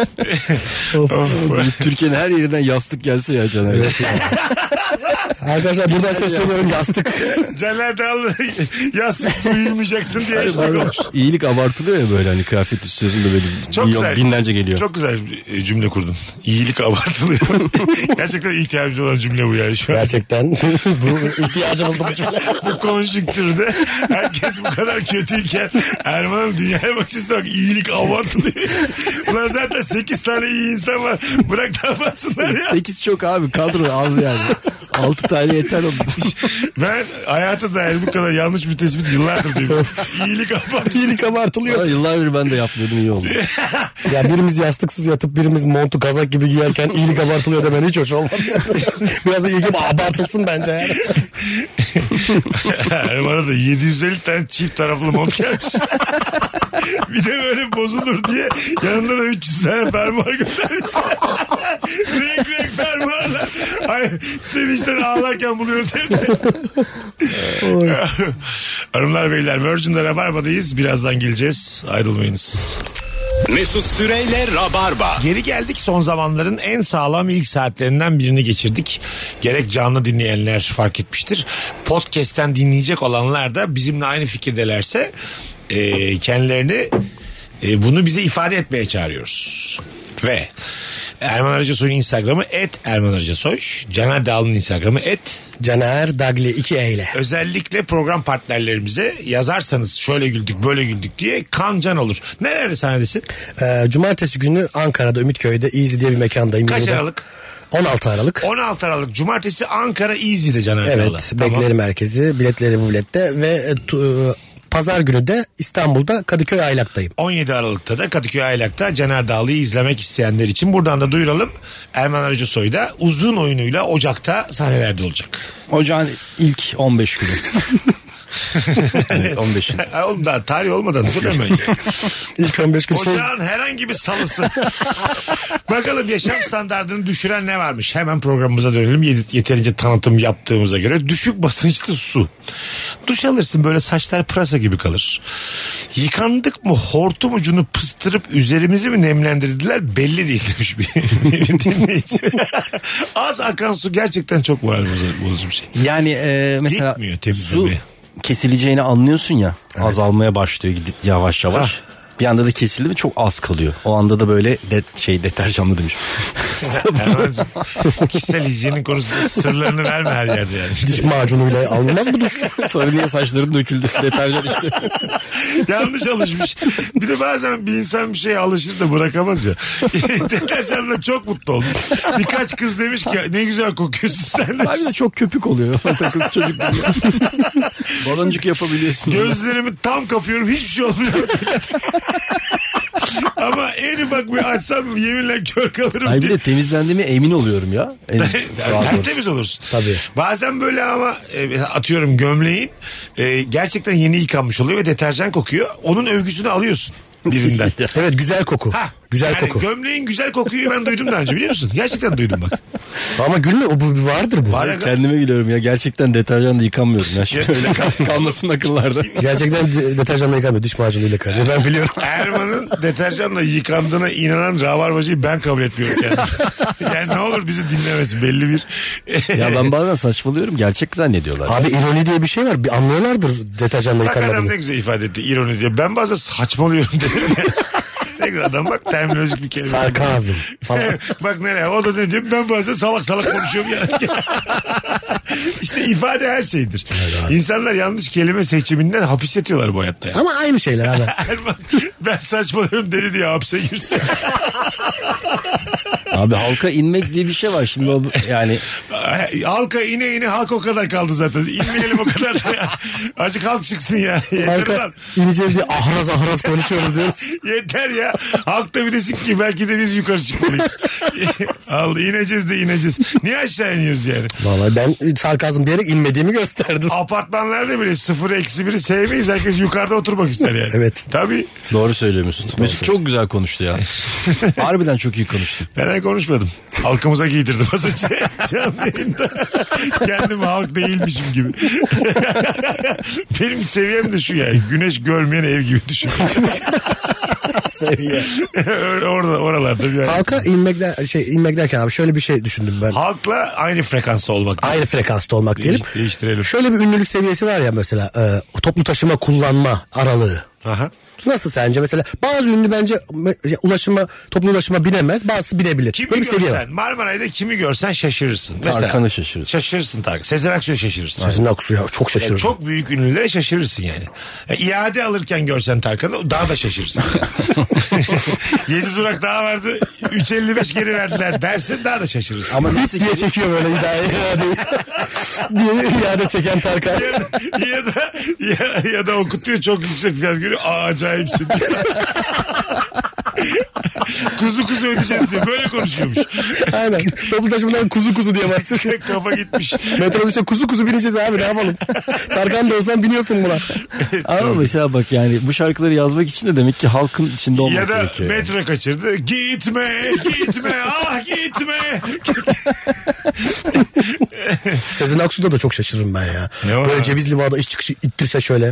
C: Of.
D: Türkiye'nin her yerinden yastık gelse ya Caner. Evet.
E: Arkadaşlar buradan sesleniyorum yastık.
C: Caner Dağlı yastık su uyumayacaksın diye işte konuş.
D: İyilik abartılıyor ya böyle hani kıyafet istiyorsun da böyle
C: Çok
D: milyon,
C: güzel.
D: binlerce geliyor.
C: Çok güzel bir cümle kurdun. İyilik abartılıyor. Gerçekten ihtiyacı olan cümle bu yani şu an.
E: Gerçekten bu ihtiyacımız bu cümle.
C: Bu konjonktürde herkes bu kadar kötüyken Erman'ın dünyaya bakışına bak iyilik abartılıyor. Ulan zaten sekiz tane iyi insan var. Bırak da abartsınlar ya.
D: sekiz çok abi kadro az yani. altı tane yeter oldu.
C: Ben hayata dair bu kadar yanlış bir tespit yıllardır duyuyorum. İyilik abartılıyor.
E: İyilik abartılıyor.
D: Yıllardır ben de yapmıyordum iyi oldu.
E: Ya birimiz yastıksız yatıp birimiz montu kazak gibi giyerken iyilik abartılıyor demen hiç hoş olmadı. Biraz da ilgim abartılsın bence yani.
C: Erman'a da yedi yüz elli tane çift taraflı mont gelmiş. Bir de böyle bozulur diye yanında da üç yüz tane fermuar göndermişler. renk renk fermuarlar. Ay, sevinçten ağlarken buluyoruz evde. Hanımlar beyler Virgin'de Rabarba'dayız. Birazdan geleceğiz. Ayrılmayınız.
B: Mesut Süreyle Rabarba.
C: Geri geldik, son zamanların en sağlam ilk saatlerinden birini geçirdik. Gerek canlı dinleyenler fark etmiştir. Podcast'ten dinleyecek olanlar da bizimle aynı fikirdelerse e, kendilerini e, bunu bize ifade etmeye çağırıyoruz. Ve Erman Arıcasoy'un Instagram'ı et Erman Arıcasoy. Caner Dağlı'nın Instagram'ı et
E: Caner Dagli iki eyle.
C: Özellikle program partnerlerimize yazarsanız şöyle güldük böyle güldük diye kan can olur. Nerede sahnedesin?
E: Ee, Cumartesi günü Ankara'da Ümitköy'de Easy diye bir mekandayım.
C: Kaç
E: Yılda.
C: Aralık?
E: on altı Aralık.
C: on altı Aralık Cumartesi Ankara Easy'de Caner Dağlı.
E: Evet, bekleri merkezi, biletleri bu bilette ve e, tu, pazar günü de İstanbul'da Kadıköy Aylak'tayım.
C: on yedi Aralık'ta da Kadıköy Aylak'ta Caner Dağlı'yı izlemek isteyenler için buradan da duyuralım. Erman Arıcasoy da uzun oyunuyla Ocak'ta sahnelerde olacak.
D: Ocağın ilk on beş günü. Evet, on beşin.
C: Oğlum daha tarih olmadan dur hemen.
E: İlk on beş gün şey...
C: Ocağın herhangi bir salısı. Bakalım yaşam standartını düşüren ne varmış? Hemen programımıza dönelim. Yeterince tanıtım yaptığımıza göre. Düşük basınçlı su. Duş alırsın böyle saçlar pırasa gibi kalır. Yıkandık mı hortum ucunu pıstırıp üzerimizi mi nemlendirdiler belli değil demiş bir, bir dinleyici. Az akan su gerçekten çok moral bozucu bir şey.
D: Yani e, mesela
C: Gitmiyor
D: su
C: temizlemeye.
D: kesileceğini anlıyorsun ya. Evet. Azalmaya başlıyor gidip yavaş yavaş.
C: Ha.
D: Bir anda da kesildi mi çok az kalıyor. O anda da böyle de, şey deterjanlı demiş.
C: Erman'cığım kişisel hijyenin konusunda sırlarını verme her yerde yani.
E: Diş macunuyla alınmaz mı duş?
D: Sonra niye saçların döküldü? Deterjan işte.
C: Yanlış alışmış. Bir de bazen bir insan bir şeye alışır da bırakamaz ya. Deterjanla çok mutlu olmuş. Birkaç kız demiş ki ne güzel kokuyorsun sen demiş.
D: Abi de çok köpük oluyor. Takıp çocuk gibi. Baloncuk yapabiliyorsun.
C: Gözlerimi tam kapıyorum hiçbir şey olmuyor. Ama en ufak bir açsam yeminle kör kalırım.
D: Ay bir de temizlendiğime emin oluyorum ya. En
C: Hem temiz olursun.
E: Tabii.
C: Bazen böyle ama e, atıyorum gömleğin e, gerçekten yeni yıkanmış oluyor ve deterjan kokuyor. Onun övgüsünü alıyorsun birinden.
E: Evet, güzel koku.
C: Ha
E: Güzel
C: Yani
E: koku.
C: gömleğin güzel kokuyu ben duydum daha önce, biliyor musun? Gerçekten duydum bak.
E: Ama gülme, o bu vardır bu.
C: Var ya-
D: Kendime gülüyorum ya. Gerçekten deterjanla yıkanmıyorum. Ya şimdi öyle kal- kalmasın akıllarda.
E: Gerçekten de- deterjanla yıkamıyor, diş macunuyla yıkanıyor. Ben biliyorum.
C: Erman'ın deterjanla yıkandığına inanan rabarbacıyı ben kabul etmiyorum yani. Yani ne olur bizi dinlemesin belli bir.
D: Ya ben bazen saçmalıyorum. Gerçek zannediyorlar.
E: Abi ironi diye bir şey var. Bir anlıyorlardır deterjanla
C: Bak adam ne
E: yıkanmadığını.
C: güzel ifade etti, ironi diye. Ben bazen saçmalıyorum dedim ya. Ne güzel adam, bak terminolojik bir kelime.
E: Sarkazm falan.
C: Bak nereye, o da ne diyor, ben bazen salak salak konuşuyorum ya. İşte ifade her şeydir. İnsanlar yanlış kelime seçiminden hapis yatıyorlar bu hayatta ya.
E: Ama aynı şeyler abi.
C: Erman ben saçmalıyorum dedi diye hapse girse.
D: Abi halka inmek diye bir şey var şimdi o yani.
C: Halka ine ine halk o kadar kaldı zaten. İnmeyelim o kadar da ya. Azıcık halk çıksın ya. Yeter
E: Halka
C: lan.
E: ineceğiz diye ahraz ahraz konuşuyoruz diyoruz.
C: Yeter ya. Halk da bir desin ki belki de biz yukarı çıkmalıyız. Allah, ineceğiz de ineceğiz. Niye aşağı iniyoruz yani?
E: Vallahi ben sarkazm diyerek inmediğimi gösterdim.
C: Apartmanlarda bile sıfır eksi biri sevmeyiz. Herkes yukarıda oturmak ister yani.
E: Evet.
C: Tabii.
D: Doğru söylüyor Mesut. Mesut çok güzel konuştu ya. Harbiden çok iyi konuştu.
C: Ben konuşmadım. Halkımıza giydirdim az önce. Canlı yayında. Kendimi halk değilmişim gibi. Benim seviyem de şu yani. Güneş görmeyen ev gibi düşün.
E: Seviye.
C: Orada, oralarda bir yani.
E: Halka inmek, der, şey, inmek derken abi şöyle bir şey düşündüm ben.
C: Halkla aynı frekansta olmak.
E: Aynı frekansta olmak diyelim.
C: Değiş- değiştirelim.
E: Şöyle bir ünlülük seviyesi var ya mesela e, toplu taşıma kullanma aralığı.
C: Aha.
E: Nasıl sence? Mesela bazı ünlü bence me- ulaşıma, toplu ulaşıma binemez, bazısı binebilir.
C: Kimi
E: Böyle bir seviye var.
C: görsen, Marmaray'da kimi görsen şaşırırsın.
D: Tarkan'ı şaşırırsın.
C: Şaşırırsın Tarkan. Sezen Aksu'ya şaşırırsın.
E: Sezen Aksu ya çok şaşırdım.
C: Yani çok büyük ünlülere şaşırırsın yani. yani. İade alırken görsen Tarkan'ı daha da şaşırırsın. Yedi durak daha vardı. üç elli beş geri verdiler dersin, daha da şaşırırsın.
D: Ama neyse
E: diye çekiyor böyle iade diye iade çeken Tarkan.
C: ya, ya da ya, ya da okutuyor, çok yüksek fiyat görüyor. Aa, acayipsin. Kuzu kuzu ödeyeceğiz diyor. Böyle konuşuyormuş.
E: Aynen. Toplu taşımadan kuzu kuzu diye bahsediyor.
C: Kafa gitmiş.
E: Metrobüse kuzu kuzu bineceğiz abi, ne yapalım? Tarkan da olsan biniyorsun buna.
D: ama mesela bak yani bu şarkıları yazmak için de demek ki halkın içinde olmak
C: Ya da
D: gerekiyor. yani.
C: metro kaçırdı. Gitme, gitme, ah gitme.
E: Sezen Aksu'da da çok şaşırırım ben ya.
C: Ne var
E: Böyle
C: abi?
E: Cevizli Bağ'da iş çıkışı ittirse şöyle.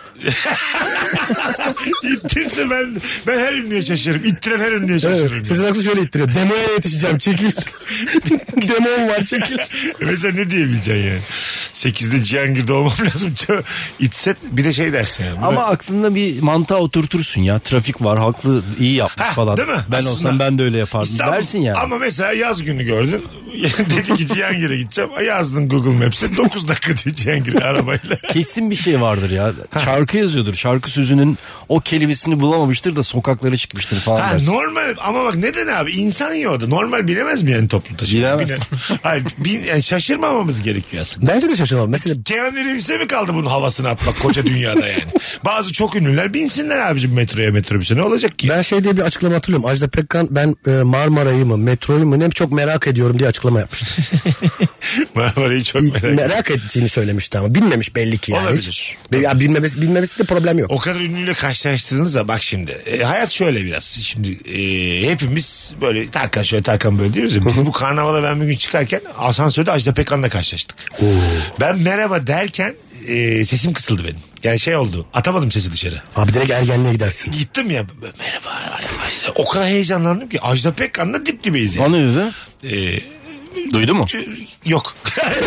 C: İttirse ben ben her ünlüye şaşırırım. İttiren her ünlüye şaşırırım.
E: Evet. Sezen Aksu şöyle ittiriyor. Demoya yetişeceğim, çekil. Demom var, çekil.
C: Mesela ne diyebileceksin yani? Sekizde Cihangir'de olmam lazım. İtset bir de şey dersin yani.
D: Ama aklında bir mantığa oturtursun ya. Trafik var, haklı, iyi yapmış
C: Ha,
D: falan.
C: değil mi?
D: Ben
C: Aslında
D: olsam ben de öyle yapardım
C: İstanbul-
D: dersin yani.
C: Ama mesela yaz günü gördün. Dedi ki Cihangir'e gideceğim. Yazdın Google Maps'e. dokuz dakika diyor Cihangir'e arabayla.
D: Kesin bir şey vardır ya. Şarkı yazıyordur. Şarkı sözünün o kelimesini bulamamıştır da sokaklara çıkmıştır falan
C: Ha,
D: dersin.
C: normal ama bak neden abi, insan ya o da normal binemez mi yani toplu taşıma?
D: Bilemez.
C: Bine- Hayır, bin, yani şaşırmamamız gerekiyor aslında.
E: Bence de şaşırmam. Mesela
C: Keanu Reeves'e mi kaldı bunun havasını atmak koca dünyada yani? Bazı çok ünlüler binsinler abicim metroya, metrobüse, ne olacak ki?
E: ben şey diye bir açıklama hatırlıyorum. Ajda Pekkan ben e, Marmara'yı mı metroyu mu ne çok merak ediyorum diye açıklama yapmıştı.
C: Marmara'yı çok
E: Bir-
C: merak ediyorum.
E: merak ettiğini söylemişti ama bilmemiş belli ki yani.
C: Olabilir.
E: Hiç. Ya bilmemesi, bilmemesi de problem yok.
C: O kadar ünlüyle karşılaştığınızda bak şimdi e, hayat şöyle biraz. Şimdi e, hepimiz böyle Tarkan şöyle Tarkan böyle diyoruz ya. Biz bu karnavala ben bir gün çıkarken asansörde Ajda Pekkan'la karşılaştık. Ben merhaba derken e, sesim kısıldı benim. Yani şey oldu, atamadım sesi dışarı.
E: Abi direkt ergenliğe gidersin.
C: Gittim ya, merhaba Ajda. O kadar heyecanlandım ki Ajda Pekkan'la dip dibeyiz yani.
D: O ne dedi?
C: E,
D: Duydu mu?
C: Yok.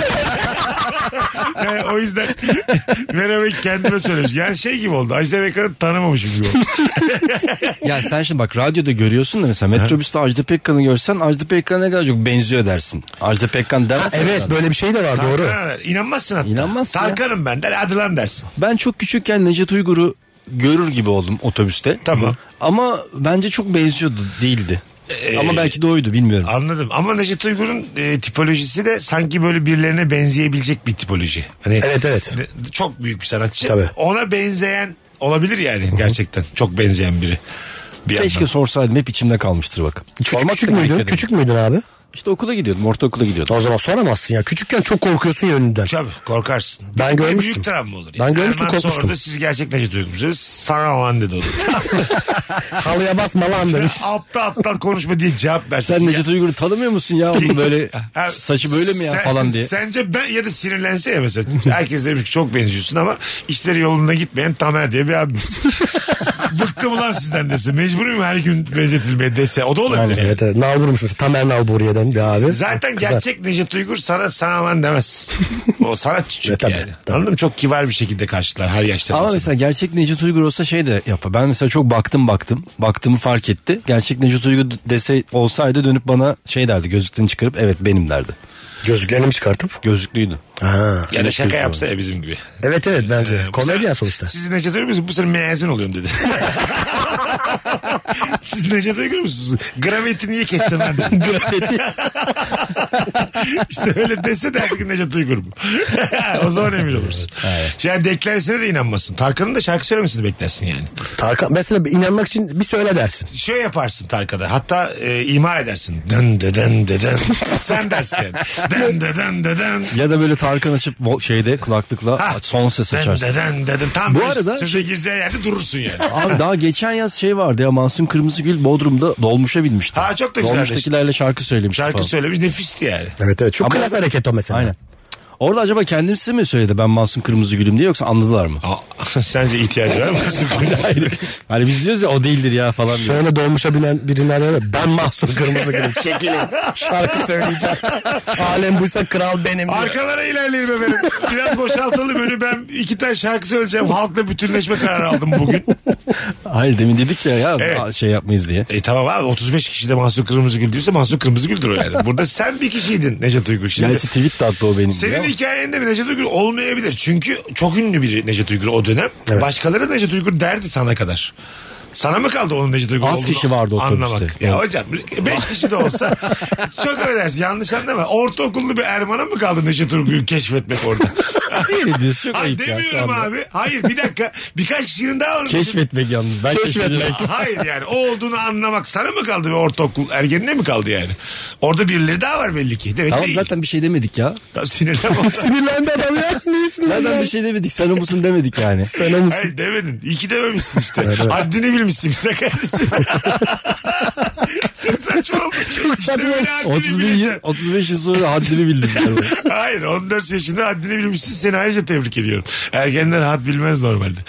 C: Yani o yüzden merhaba kendime söylemiş. Yani şey gibi oldu. Ajda Pekkan'ı tanımamışım gibi oldu.
D: Ya sen şimdi bak radyoda görüyorsun da mesela metrobüste Ajda Pekkan'ı görsen Ajda Pekkan'a ne kadar çok benziyor dersin. Ajda Pekkan demezsin.
E: Evet
D: zaten.
E: böyle bir şey de var doğru.
C: Tarkan, İnanmazsın hatta.
D: İnanmazsın ya.
C: Tarkan'ım ben der, hadi lan dersin.
D: Ben çok küçükken Necdet Uygur'u görür gibi oldum otobüste.
C: Tamam.
D: Ama bence çok benziyordu, değildi.
C: Ee,
D: Ama belki de oydu, bilmiyorum.
C: Anladım. Ama Necdet Uygur'un e, tipolojisi de sanki böyle birilerine benzeyebilecek bir tipoloji. Hani
E: Evet, evet.
C: ne- çok büyük bir sanatçı.
E: Tabii.
C: Ona benzeyen olabilir yani gerçekten. Çok benzeyen biri. Bir
D: Keşke
C: yandan.
D: sorsaydım, hep içimde kalmıştır bak.
E: Küçük,
D: Sormak
E: küçük
D: da
E: müydün?
D: gerekiyor.
E: Küçük müydün abi?
D: İşte okula gidiyordum. Ortaokula gidiyordum.
E: O zaman soramazsın ya. Küçükken çok korkuyorsun ya önünden.
C: Tabii korkarsın.
E: Ben
C: Bir
E: görmüştüm.
C: Büyük travma olur.
E: Ben görmüştüm,
C: Erman
E: korkmuştum.
C: sonra da siz gerçek Necdet Uygur. Sana olan dedi olur.
E: Halıya basma lan demiş.
C: aptal aptal konuşma diye cevap versin.
D: Sen Necdet Uygur'u tanımıyor musun ya? Onun böyle
C: Ha,
D: saçı böyle mi ya
C: sen-
D: falan diye.
C: Sence ben ya da sinirlense ya mesela. Herkes demiş ki çok benziyorsun ama işleri yolunda gitmeyen Tamer diye bir abimiz. Bıktım ulan sizden dese. Mecburum her gün benzetilmeye dese. O da olabilir
E: Yani,
C: yani.
E: evet evet. Nalburmuş mesela. Tamer Nalburiye'den bir abi.
C: Zaten
E: Kızar.
C: gerçek Necdet Uygur sana sana lan demez. O sanatçı çünkü
E: Evet, tabii,
C: yani.
E: tabii.
C: Anladın mı? Çok kibar bir şekilde karşılar her yaşta.
D: Ama
C: insan.
D: mesela gerçek Necdet Uygur olsa şey de yapar. Ben mesela çok baktım baktım. Baktığımı fark etti. Gerçek Necdet Uygur dese olsaydı dönüp bana şey derdi. Gözlüklerini çıkarıp evet benim derdi.
E: Gözlüklerini mi çıkartıp?
D: Gözlüklüydü.
E: Ha.
C: Ya da şaka yapsa ya bizim gibi.
E: Evet evet bence.
C: Ee, bu
E: Komedyen
C: sene-
E: sonuçta.
C: Siz Necdet Uygur musunuz? Bu sene mezun oluyorum dedi. Siz Necdet Uygur musunuz? Graviti niye kestin lan dedi. Graviti. İşte öyle dese de artık Necdet Uygur mu? O zaman emin olursun. Yani deklaresine de inanmasın. Tarkan'ın da şarkı söylemesini beklersin yani.
E: Tarkan mesela bir inanmak için bir söyle dersin.
C: Şey yaparsın Tarkan'da. Hatta e, ima edersin. Dın dı dın dı dın. Sen dersin yani. Dın dı dın dı dın.
D: Ya da böyle Tarkan açıp vo- şeyde kulaklıkla
C: Ha.
D: son ses
C: Dın
D: açarsın.
C: dı dın dı dın. Tam
D: Bu
C: bu
D: arada-
C: arada söze gireceği yerde durursun yani.
D: Abi daha geçen yaz şey vardı ya, Mahsun Kırmızıgül Bodrum'da dolmuşa binmişti.
C: Ha, çok da güzeldi.
D: Dolmuştakilerle şarkı söylemişti
C: Şarkı
D: falan.
C: söylemiş nefisti yani.
E: Evet evet. Çok
D: Ama-
E: klas hareket o mesela.
D: Aynen. Orada acaba kendisi mi söyledi ben Mahsun Kırmızıgül'üm diye, yoksa anladılar mı?
C: Aa, sence ihtiyacı var mı?
D: Hani biz diyoruz ya o değildir ya falan diye.
E: Sonra dolmuşa binen birinden öyle ben Mahsun Kırmızı Gülüm çekilin şarkı söyleyeceğim. Alem buysa kral benim diyor.
C: Arkalara ilerleyelim efendim. Biraz boşaltalım önü, ben iki tane şarkı söyleyeceğim. Halkla bütünleşme kararı aldım bugün.
D: Hayır demin dedik ya ya
C: Evet.
D: şey yapmayız diye.
C: E tamam abi, otuz beş kişi de Mahsun Kırmızıgül diyorsa Mahsun Kırmızıgül'dür o yani. Burada sen bir kişiydin Necdet Uygur. Şimdi
D: Gerçi tweet de attı o benim.
C: senin
D: diye ama.
C: hikayende bir Necdet Uygur olmayabilir. Çünkü çok ünlü biri Necdet Uygur o dönem.
E: Evet.
C: Başkaları Necdet Uygur derdi sana kadar. Sana mı kaldı onun Necdet Uygur
D: Az
C: olduğunu
D: kişi vardı otobüste.
C: anlamak? Ya
D: Evet.
C: hocam beş kişi de olsa çok ödersin, yanlış anlama. Ortaokullu bir Erman'a mı kaldı Necdet Uygur'u keşfetmek orada?
D: Ne diyorsun? Çok
C: Hayır
D: ayıp ya şu
C: demiyorum
D: anda.
C: abi. Hayır bir dakika. Birkaç kişinin daha onu
D: Keşfetmek yalnız. Ben keşfetmek.
C: Hayır yani o olduğunu anlamak sana mı kaldı ve ortaokul ergenine mi kaldı yani? Orada birileri daha var belli ki. Demek
D: Tamam
C: değil.
D: zaten bir şey demedik ya.
C: Tamam, sinirlenme.
E: Sinirlendi adam ya. Niye sinirlendi?
D: Zaten bir şey demedik. Sen o musun demedik yani.
E: Sen o musun?
C: Hayır demedin. İyi ki dememişsin işte. Haddini bilmişsin bize kardeşim. Çok saçma oldu. Çok
E: saçma oldu.
D: otuz bir yıl, otuz beş yıl sonra haddini bildin galiba.
C: Hayır on dört yaşında haddini bilmişsin. Seni ayrıca tebrik ediyorum. Ergenler had bilmez normalde.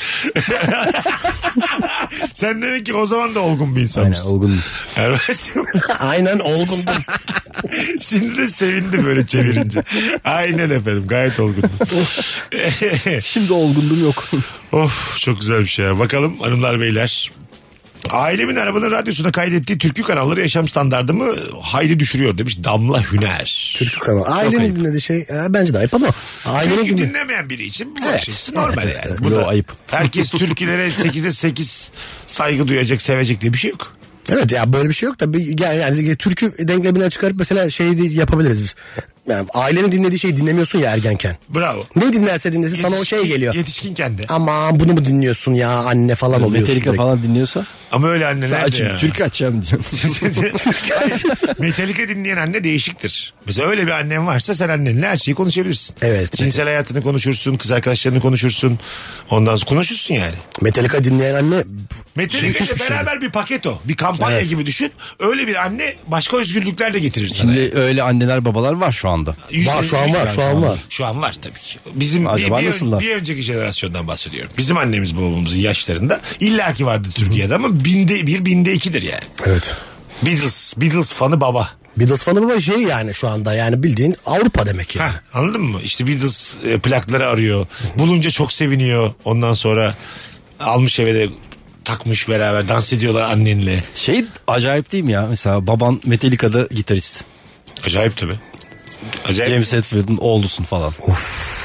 C: Sen demek ki o zaman da olgun bir
D: Aynen
C: insanmışsın.
D: olgun.
C: Erman'cığım.
E: Aynen olgundum.
C: Şimdi de sevindi böyle çevirince. Aynen efendim, gayet olgundum.
D: Şimdi olgunluğum yok.
C: Of çok güzel bir şey ya. Bakalım hanımlar beyler. Ailemin arabanın radyosuna kaydettiği türkü kanalları yaşam standartımı hayli düşürüyor demiş Damla Hüner.
E: Türkü kanalı. Ailenin dinlediği şey e, bence de ayıp ama ailenin
C: Türkü
E: dinlediği.
C: dinlemeyen biri için bu
E: Evet,
C: bakış açısı normal
E: evet,
C: yani.
E: evet,
C: Bu
D: evet.
C: da
D: Yo, ayıp.
C: Herkes türkülere sekizde sekiz saygı duyacak, sevecek diye bir şey yok.
E: Evet ya böyle bir şey yok da bir, yani, yani türkü denklemine çıkarıp mesela şey de yapabiliriz biz. Yani ailenin dinlediği şeyi dinlemiyorsun ya ergenken.
C: Bravo.
E: Ne dinlerse dinlesin sana o şey geliyor.
C: Yetişkinken de.
E: Aman bunu mu dinliyorsun ya anne falan oluyorsun.
D: Metallica
E: direkt.
D: falan dinliyorsa.
C: Ama öyle anneler
D: Sen
C: de
D: açayım.
C: ya.
D: Türk açacağım diyeceğim.
C: Hayır, Metallica dinleyen anne değişiktir. Mesela öyle bir annen varsa sen annenle her şeyi konuşabilirsin.
E: Evet.
C: Cinsel hayatını konuşursun, kız arkadaşlarını konuşursun. Ondan sonra konuşursun yani.
E: Metallica dinleyen anne
C: Metallica
E: müthiş
C: ile
E: bir şey.
C: beraber bir paket o. Bir kampanya
E: Evet.
C: gibi düşün. Öyle bir anne başka özgürlükler de getirir sana.
D: Şimdi öyle anneler babalar var şu anda.
C: Yüzde
E: Var şu an
C: yüz
E: var şu an var.
C: Şu an var tabii ki. Bizim bir,
D: Acaba
C: bir,
D: nasıllar?
C: bir önceki jenerasyondan bahsediyorum. Bizim annemiz babamızın yaşlarında illaki vardı Türkiye'de ama binde bir binde ikidir yani.
E: Evet.
C: Beatles, Beatles fanı baba.
E: Beatles fanı baba şey yani şu anda yani bildiğin Avrupa demek yani.
C: Heh, anladın mı? İşte Beatles e, plakları arıyor. Bulunca çok seviniyor. Ondan sonra almış eve de takmış, beraber dans ediyorlar annenle.
D: Şey acayip değil mi ya? Mesela baban Metallica'da gitarist.
C: Acayip tabii. Acayip.
D: James Hetfield'ın oğlusun falan.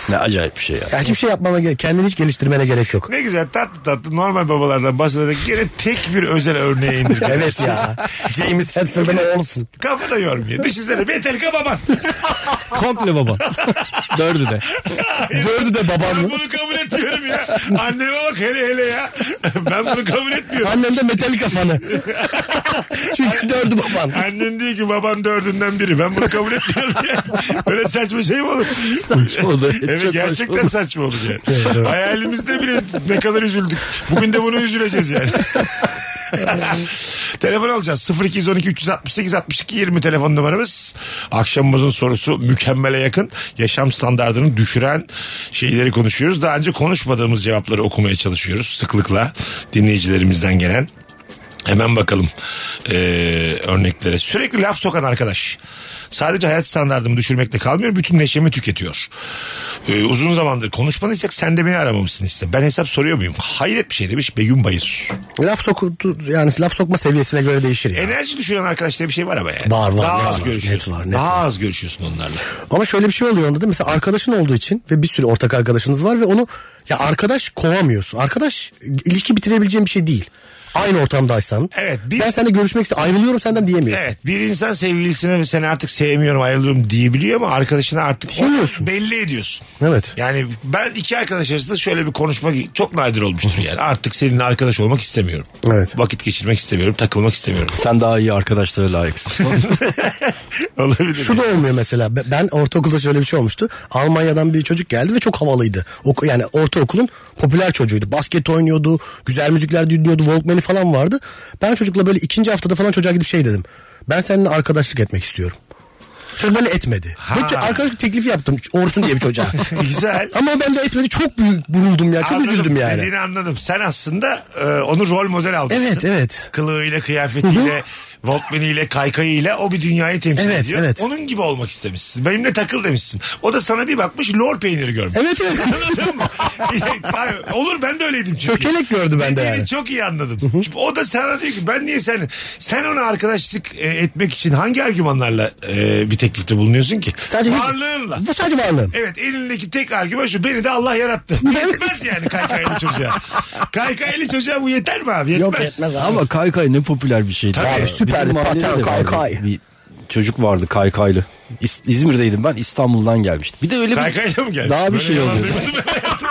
D: Ne acayip bir şey ya.
E: Ya hiçbir şey yapmana gerek, kendini hiç geliştirmene gerek yok.
C: Ne güzel tatlı tatlı normal babalardan bahsederek gene tek bir özel örneğe indirdim.
E: Evet ya. James Hetfield'ın oğlusun.
C: Kafa da yormuyor. Düşünsene Metallica baban.
D: Komple baba. Dördü de.
E: Dördü de baban
C: Ben
E: mı?
C: bunu kabul etmiyorum ya. Anneme bak hele hele ya. Ben bunu kabul etmiyorum.
E: Annem de Metallica fanı. Çünkü dördü baban.
C: Annen diyor ki baban dördünden biri. Ben bunu kabul etmiyorum ya. Böyle saçma şey mi olur?
D: Saçma olur.
C: Evet
D: Çok
C: gerçekten
D: saçma.
C: saçma olur ya. Hayalimizde bile ne kadar üzüldük. Bugün de bunu üzüleceğiz yani. Telefon alacağız. sıfır iki on iki üç altı sekiz altmış iki yirmi telefon numaramız. Akşamımızın sorusu mükemmele yakın. Yaşam standartını düşüren şeyleri konuşuyoruz. Daha önce konuşmadığımız cevapları okumaya çalışıyoruz sıklıkla dinleyicilerimizden gelen. Hemen bakalım ee, örneklere. Sürekli laf sokan arkadaş. Sadece hayat standartımı düşürmekle kalmıyor. Bütün neşemi tüketiyor. Ee, uzun zamandır konuşmadıysak sen de beni aramamışsın işte. Ben hesap soruyor muyum? Hayret bir şey demiş Begüm Bayır.
E: Laf sokutu yani laf sokma seviyesine göre değişir ya.
C: Enerji düşüren arkadaşlar bir şey var ama yani.
E: Var, var,
C: Daha
E: net
C: az
E: var,
C: görüşüyorsun.
E: net var, net
C: Daha
E: var.
C: az görüşüyorsun onlarla.
E: Ama şöyle bir şey oluyor onda da mesela arkadaşın olduğu için ve bir sürü ortak arkadaşınız var ve onu ya arkadaş kovamıyorsun. Arkadaş ilişki bitirebileceğin bir şey değil. Aynı ortamdaysan.
C: Evet, bir-
E: Ben seninle görüşmek istiyorum. Ayrılıyorum senden diyemiyorsun.
C: Evet, bir insan sevgilisine seni artık sevmiyorum ayrılıyorum diyebiliyor ama arkadaşına artık
E: Diyemiyorsun.
C: belli ediyorsun.
E: Evet.
C: Yani ben iki arkadaş arasında şöyle bir konuşma çok nadir olmuştur yani. Artık seninle arkadaş olmak istemiyorum.
E: Evet.
C: Vakit geçirmek istemiyorum, takılmak istemiyorum.
D: Sen daha iyi arkadaşlara layıksın.
C: Olabilir.
E: Şu da olmuyor mesela. Ben ortaokulda şöyle bir şey olmuştu. Almanya'dan bir çocuk geldi ve çok havalıydı. Oku- Yani ortaokulun popüler çocuğuydu. Basket oynuyordu, güzel müzikler dinliyordu, Walkman'i falan vardı. Ben çocukla böyle ikinci haftada falan çocuğa gidip şey dedim. Ben seninle arkadaşlık etmek istiyorum. Çocuk böyle etmedi.
C: Ha.
E: Ve arkadaşlık teklifi yaptım Orçun diye bir çocuğa.
C: Güzel.
E: Ama ben de etmedi. Çok büyük buruldum ya. Çok
C: Anladım,
E: üzüldüm yani.
C: dediğini anladım. Sen aslında e, onu rol model almışsın.
E: Evet, evet.
C: Kılığıyla, kıyafetiyle, Walkman'iyle, kaykayıyla o bir dünyayı temsil
E: Evet,
C: ediyor.
E: evet.
C: Onun gibi olmak istemişsin. Benimle takıl demişsin. O da sana bir bakmış lor peyniri görmüş.
E: Evet, evet.
C: Anladın mı? Hayır, olur ben de öyleydim çünkü.
E: Çökelek gördü bende
C: Dediğini
E: yani.
C: çok iyi anladım. Çünkü o da sana diyor ki ben niye sen sen ona arkadaşlık e, etmek için hangi argümanlarla e, bir teklifte bulunuyorsun ki?
E: Sadece hiç-
C: varlığınla.
E: Bu sadece varlığım.
C: Evet elindeki tek argüman şu beni de Allah yarattı. Yetmez yani kaykaylı çocuğa. Kaykaylı çocuğa bu yeter mi abi? Yetmez.
E: Yok etmez abi.
D: Ama kaykay ne popüler bir şeydi.
C: Tabii,
D: Abi,
E: süperdi.
D: bizim mahallede
E: Paten,
D: de vardı.
E: kaykay.
D: Bir çocuk vardı kaykaylı. İz- İzmir'deydim ben, İstanbul'dan gelmişti. Bir de öyle bir...
C: Kaykayla mı gelmiş?
D: Daha bir
C: Böyle
D: şey
C: yalan
D: oluyor.
C: duymadım ben hayatımda.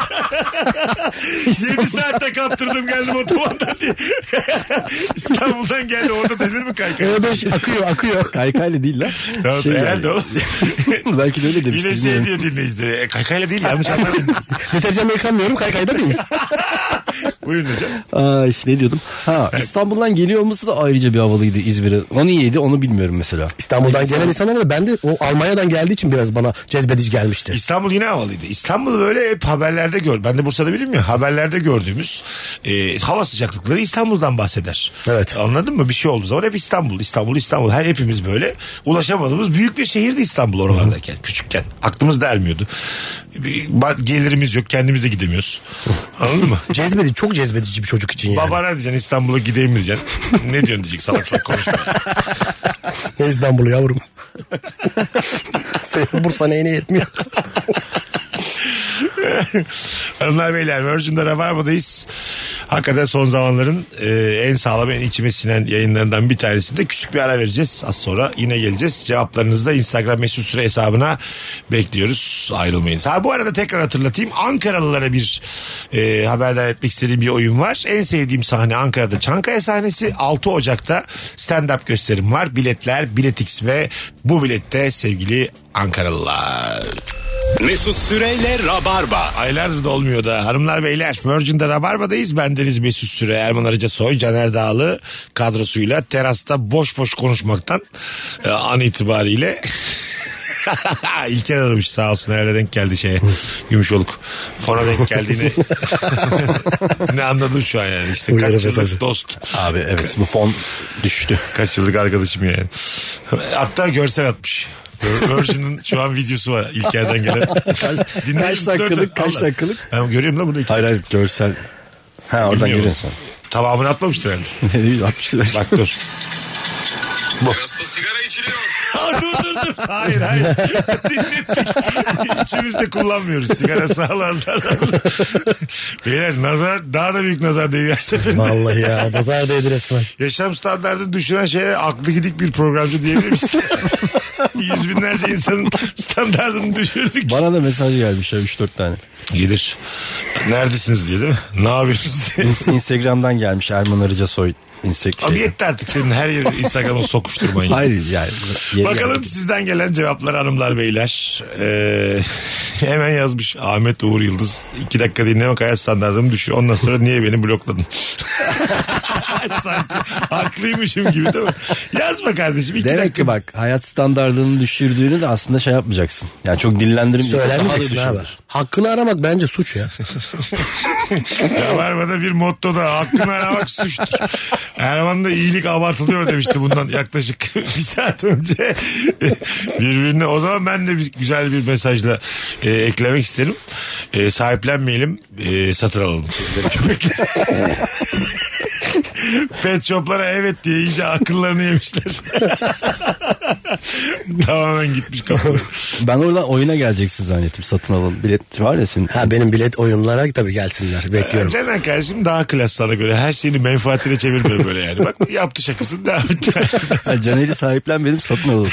C: yedi saatte kaptırdım geldim otobandan diye. İstanbul'dan geldi orada denir mi kaykay?
E: E beş akıyor akıyor.
D: Kaykaylı değil lan.
C: Tamam,
D: Şey
C: herhalde
D: yani.
C: o.
D: Belki de öyle demiştim.
C: Yine şey
D: bilmiyorum.
C: diyor dinleyicileri. E, kaykayla değil yanlış anlamayın.
E: Deterjanla yıkamıyorum kaykayda değil.
C: Buyurun hocam.
D: Aa, işte ne diyordum? Ha, İstanbul'dan geliyor olması da ayrıca bir havalıydı İzmir'e. O niyeydi onu bilmiyorum mesela.
E: İstanbul'dan gelen insanlar var. Ben de o Almanya'dan geldiği için biraz bana cezbedici gelmişti.
C: İstanbul yine havalıydı. İstanbul böyle hep haberlerde gör. Ben de Bursa'da bilmiyorum ya. Haberlerde gördüğümüz e, hava sıcaklıkları İstanbul'dan bahseder.
E: Evet.
C: Anladın mı? Bir şey olduğu zaman hep İstanbul, İstanbul, İstanbul. Her hepimiz böyle ulaşamadığımız büyük bir şehirdi İstanbul oralardayken. Küçükken. Aklımızda ermiyordu. Bir- ba- Gelirimiz yok. Kendimiz de gidemiyoruz. Anladın mı?
E: Cezbedici, çok cezbedici bir çocuk için yani.
C: Babana diyeceksin İstanbul'a gideyim diyeceksin. Ne diyorsun diyecek salak salak konuşma.
E: Ne İstanbul'u yavrum. Senin Bursa neyine yetmiyor.
C: Hanımlar beyler Virgin'de Rabarba'dayız. Hakikaten son zamanların e, en sağlam en içime sinen yayınlarından bir tanesinde küçük bir ara vereceğiz. Az sonra yine geleceğiz. Cevaplarınızı da Instagram mesut süre hesabına bekliyoruz. Ayrılmayınız. Ha bu arada tekrar hatırlatayım. Ankaralılara bir e, haberdar etmek istediğim bir oyun var. En sevdiğim sahne Ankara'da Çankaya sahnesi. altı Ocak'ta stand-up gösterim var. Biletler Biletix ve bu bilette sevgili Ankaralılar.
B: Mesut Süreyle Rabarba.
C: Aylardır da olmuyor da. Hanımlar beyler Virgin'de Rabarba'dayız. Bendeniz Mesut Süre, Erman Arıca Soy, Caner Dağlı kadrosuyla terasta boş boş konuşmaktan e, an itibariyle İlker aramış sağ olsun nerede denk geldi şeye Gümüşoluk fona denk geldiğini ne anladın şu an yani işte
E: Uyarı
C: kaç yıllık
E: mesajı.
C: dost
D: Abi evet bu fon düştü.
C: kaç yıllık arkadaşım yani hatta görsel atmış. Virgin'in şu an videosu var İlker'den gelen. Dinleyelim,
D: Kaç dakikalık,
C: dur, dur.
D: kaç
C: Allah.
D: dakikalık?
C: Ben görüyorum lan bunu. İlker.
D: Hayır hayır görsel. Ha oradan
C: Bilmiyorum.
D: görüyorsun
C: Tamamını atmamıştır herhalde.
D: sen. Ne bileyim atmıştır.
C: Bak dur.
B: Terasta sigara içiliyor.
C: Aa, dur dur dur. Hayır hayır. Üçümüz de kullanmıyoruz. Sigara sağlığa zararlı. Beyler nazar daha da büyük nazar değiyor her seferinde.
E: Vallahi ya nazar değdi resmen.
C: Yaşam standartını düşüren şeye aklı gidik bir programcı diyebilir misin? Yüz binlerce insanın standartını düşürdük.
D: Bana da mesaj gelmiş ya üç dört tane.
C: Gelir. Neredesiniz diye değil mi? Ne yapıyorsunuz diye.
D: Instagram'dan gelmiş Erman Arıca Soy. Instagram.
C: Abi yetti artık senin her yeri Instagram'a sokuşturmayın.
D: Hayır yani.
C: Bakalım yani. Sizden gelen cevaplar hanımlar beyler. Ee, hemen yazmış Ahmet Uğur Yıldız. İki dakika dinlemek hayat standartımı düşüyor. Ondan sonra niye beni blokladın? Sanki haklıymışım gibi değil mi? Yazma kardeşim. İki
D: Demek
C: dakika.
D: ki bak hayat standartını düşürdüğünü de aslında şey yapmayacaksın. Yani çok dillendirmeyeceksin.
E: Söylenmeyeceksin abi. Hakkını aramak bence suç ya.
C: Rabarba'da bir motto da hakkını aramak suçtur. Erman da iyilik abartılıyor demişti bundan yaklaşık bir saat önce. Birbirine o zaman ben de bir, güzel bir mesajla e, eklemek isterim. E, sahiplenmeyelim, e, satın alalım. Köpekler. Pet shoplara evet diye iyice akıllarını yemişler. Tamamen gitmiş kafaları.
D: Ben oradan oyuna geleceksin zannettim, satın alalım. Bilet var ya senin.
E: Ha benim bilet oyunlara tabii gelsinler. Bekliyorum.
C: Canan kardeşim daha klas sana göre. Her şeyini menfaatine çevirmiyor böyle yani. Bak yaptı şakasını devam etti.
D: Caner'i sahiplenmedim, satın alalım.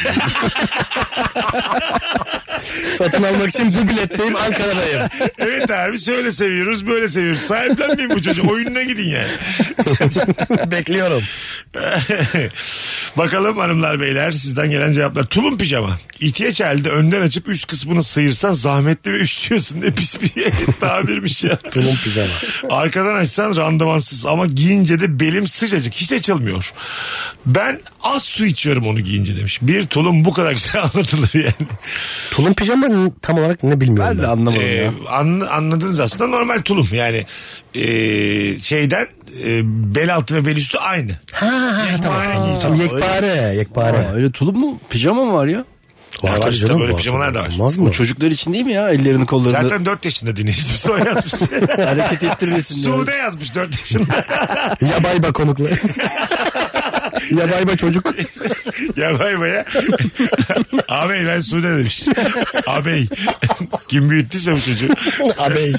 E: Satın almak için bu biletteyim, Ankara'dayım.
C: Evet abi söyle seviyoruz böyle seviyoruz. Sahiplenmeyin bu çocuğu. Oyununa gidin yani.
E: Bekliyorum.
C: Bakalım hanımlar beyler sizden gelen cevaplar. Tulum pijama. İhtiyaç halde önden açıp üst kısmını sıyırsan zahmetli ve üşüyorsun. Ne pis bir tabirmiş ya.
E: Tulum pijama.
C: Arkadan açsan randımansız ama giyince de belim sıcacık. Hiç açılmıyor. Ben az su içiyorum onu giyince demiş. Bir tulum bu kadar güzel anlatılır yani.
E: Tulum pijama tam olarak ne bilmiyorum
D: Ben
E: ben.
D: de anlamadım
C: Ee,
D: ya.
C: an, anladınız aslında normal tulum yani e, şeyden e, bel altı ve bel üstü aynı.
E: Ha, ha, tamam.
C: giyeceğim.
E: Tamam, yekpare, yekpare.
D: Aa, öyle tulum mu? Pijama mı var ya?
E: Var,
C: var
E: var
C: işte,
E: canım,
C: böyle
E: var.
C: pijamalar da var.
E: Olmaz mı?
D: Bu çocuklar için değil mi ya? Ellerini kollarını
C: Zaten dört yaşında dinleyicimiz o yazmış.
D: hareket ettirmesin diye.
C: Sude yazmış dört yaşında.
E: Yabayba konuklu. Yabayba çocuk.
C: Yabay baya. Ağabey ben Sude demiş. Ağabey. Kim büyüttüyse bu çocuğu.
E: Ağabey.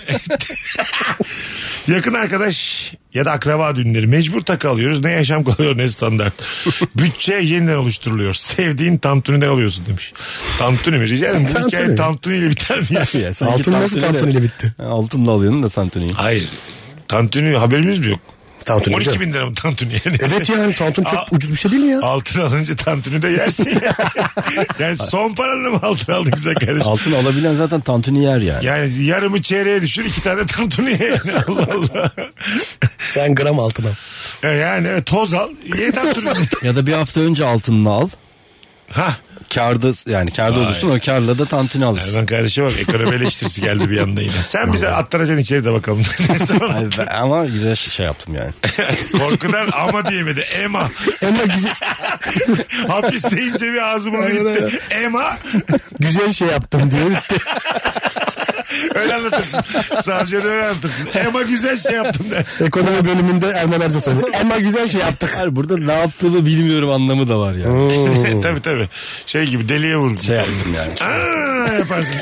C: Yakın arkadaş ya da akraba düğünleri mecbur takı alıyoruz. Ne yaşam kalıyor ne standart. Bütçe yeniden oluşturuluyor. Sevdiğin tantuniden alıyorsun demiş. Tantuni mi? Rica ederim. Bu
E: Tantuni.
C: hikaye tantuni ile biter mi ya?
D: Ya, sanki
E: Altın nasıl
D: tantuniyle-
E: tantuniyle bitti?
D: Ha, altınla alıyorsun da tantuniyi.
C: Hayır. Tantuni haberimiz mi yok?
E: Tantuni
C: on iki
E: güzel.
C: bin lira mı tantuni yani?
E: Evet yani tantuni çok
C: Aa,
E: ucuz bir şey değil mi ya?
C: Altın alınca tantuni de yersin ya. Yani son paranla mı altın aldın güzel kardeşim?
D: Altın alabilen zaten tantuni yer yani.
C: Yani yarımı çeyreğe düşür iki tane tantuni ye yani. Allah Allah.
E: Sen gram altına.
C: Yani evet, toz al ye tantuni.
D: Ya da bir hafta önce altınını al.
C: Ha.
D: Kârda yani kârda
C: Vay.
D: olursun, o kârla da tantuni alırsın.
C: Erman kardeşe bak ekonomi eleştirisi geldi bir anda yine. Sen bize attaracaksın içeri de bakalım.
D: Ay, ben- ama güzel şey, şey yaptım yani.
C: Korkudan ama diyemedi. Ema.
E: Ama güzel,
C: Hapis deyince bir ağzım onu
E: Aynen,
C: gitti. Ema.
E: güzel şey yaptım diyor.
C: Öyle anlatırsın. Savcıya da öyle anlatırsın. Ema güzel şey yaptım dersin.
E: Ekonomi bölümünde Erman Arca söyledi. Ama güzel şey yaptık.
D: Hayır, burada ne yaptığımı bilmiyorum anlamı da var yani.
C: tabii tabii. Şey gibi deliye vurdun.
D: Şey yaptım yani.
C: Aa, yaparsın.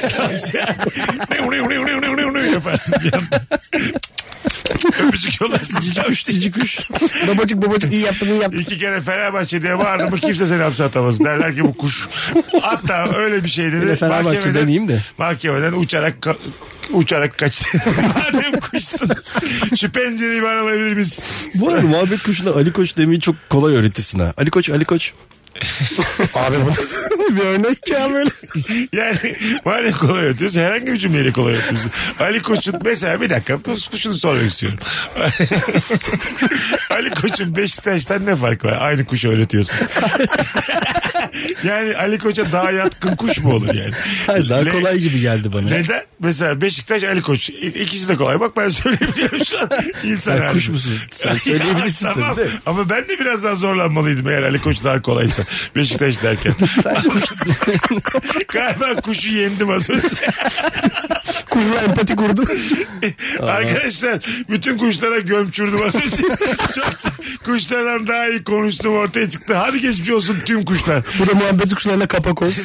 C: Yaparsın bir anda. Öpücük yollarsın.
D: Cici kuş.
E: Babacık babacık iyi yaptım iyi yaptım.
C: İki kere Fenerbahçe diye bağırdı mı kimse seni hapse atamaz. Derler ki bu kuş. Hatta öyle bir şey dedi.
D: Bir de Fenerbahçe
C: Mahkemeden-
D: demeyeyim de.
C: Mahkemeden uçarak ka- uçarak kaçtı. Madem kuşsun. Şu pencereyi bana alabilir misin?
D: Bu arada muhabbet kuşuna Ali Koç demeyi çok kolay öğretirsin ha. Ali Koç, Ali Koç.
E: Abi bu nasıl bir örnek ya böyle.
C: Yani madem kolay ötüyoruz herhangi bir cümleyle kolay ötüyoruz. Ali Koç'un mesela bir dakika bu- şunu sormak istiyorum. Ali Koç'un Beşiktaş'tan ne farkı var? Aynı kuşu öğretiyorsun. Yani Ali Koç'a daha yatkın kuş mu olur yani?
D: Hayır, daha
C: Le-
D: kolay gibi geldi bana.
C: Neden? Mesela Beşiktaş, Ali Koç. İ- İkisi de kolay. Bak ben söyleyebiliyorum şu an. İnsan
D: Sen
C: halinde.
D: kuş musun? Sen söyleyebilirsin
C: Ya, tamam.
D: tabii de.
C: Ama ben de biraz daha zorlanmalıydım eğer Ali Koç daha kolaysa. Beşiktaş derken.
D: Sen kuş.
C: Galiba kuşu yendim az önce.
E: Kuşla empati kurdu.
C: Arkadaşlar bütün kuşlara gömçürdüm az önce. Çok kuşlardan daha iyi konuştum ortaya çıktı. Hadi geçmiş olsun tüm kuşlar.
E: Bu da muhabbet kuşlarına kapak olsun.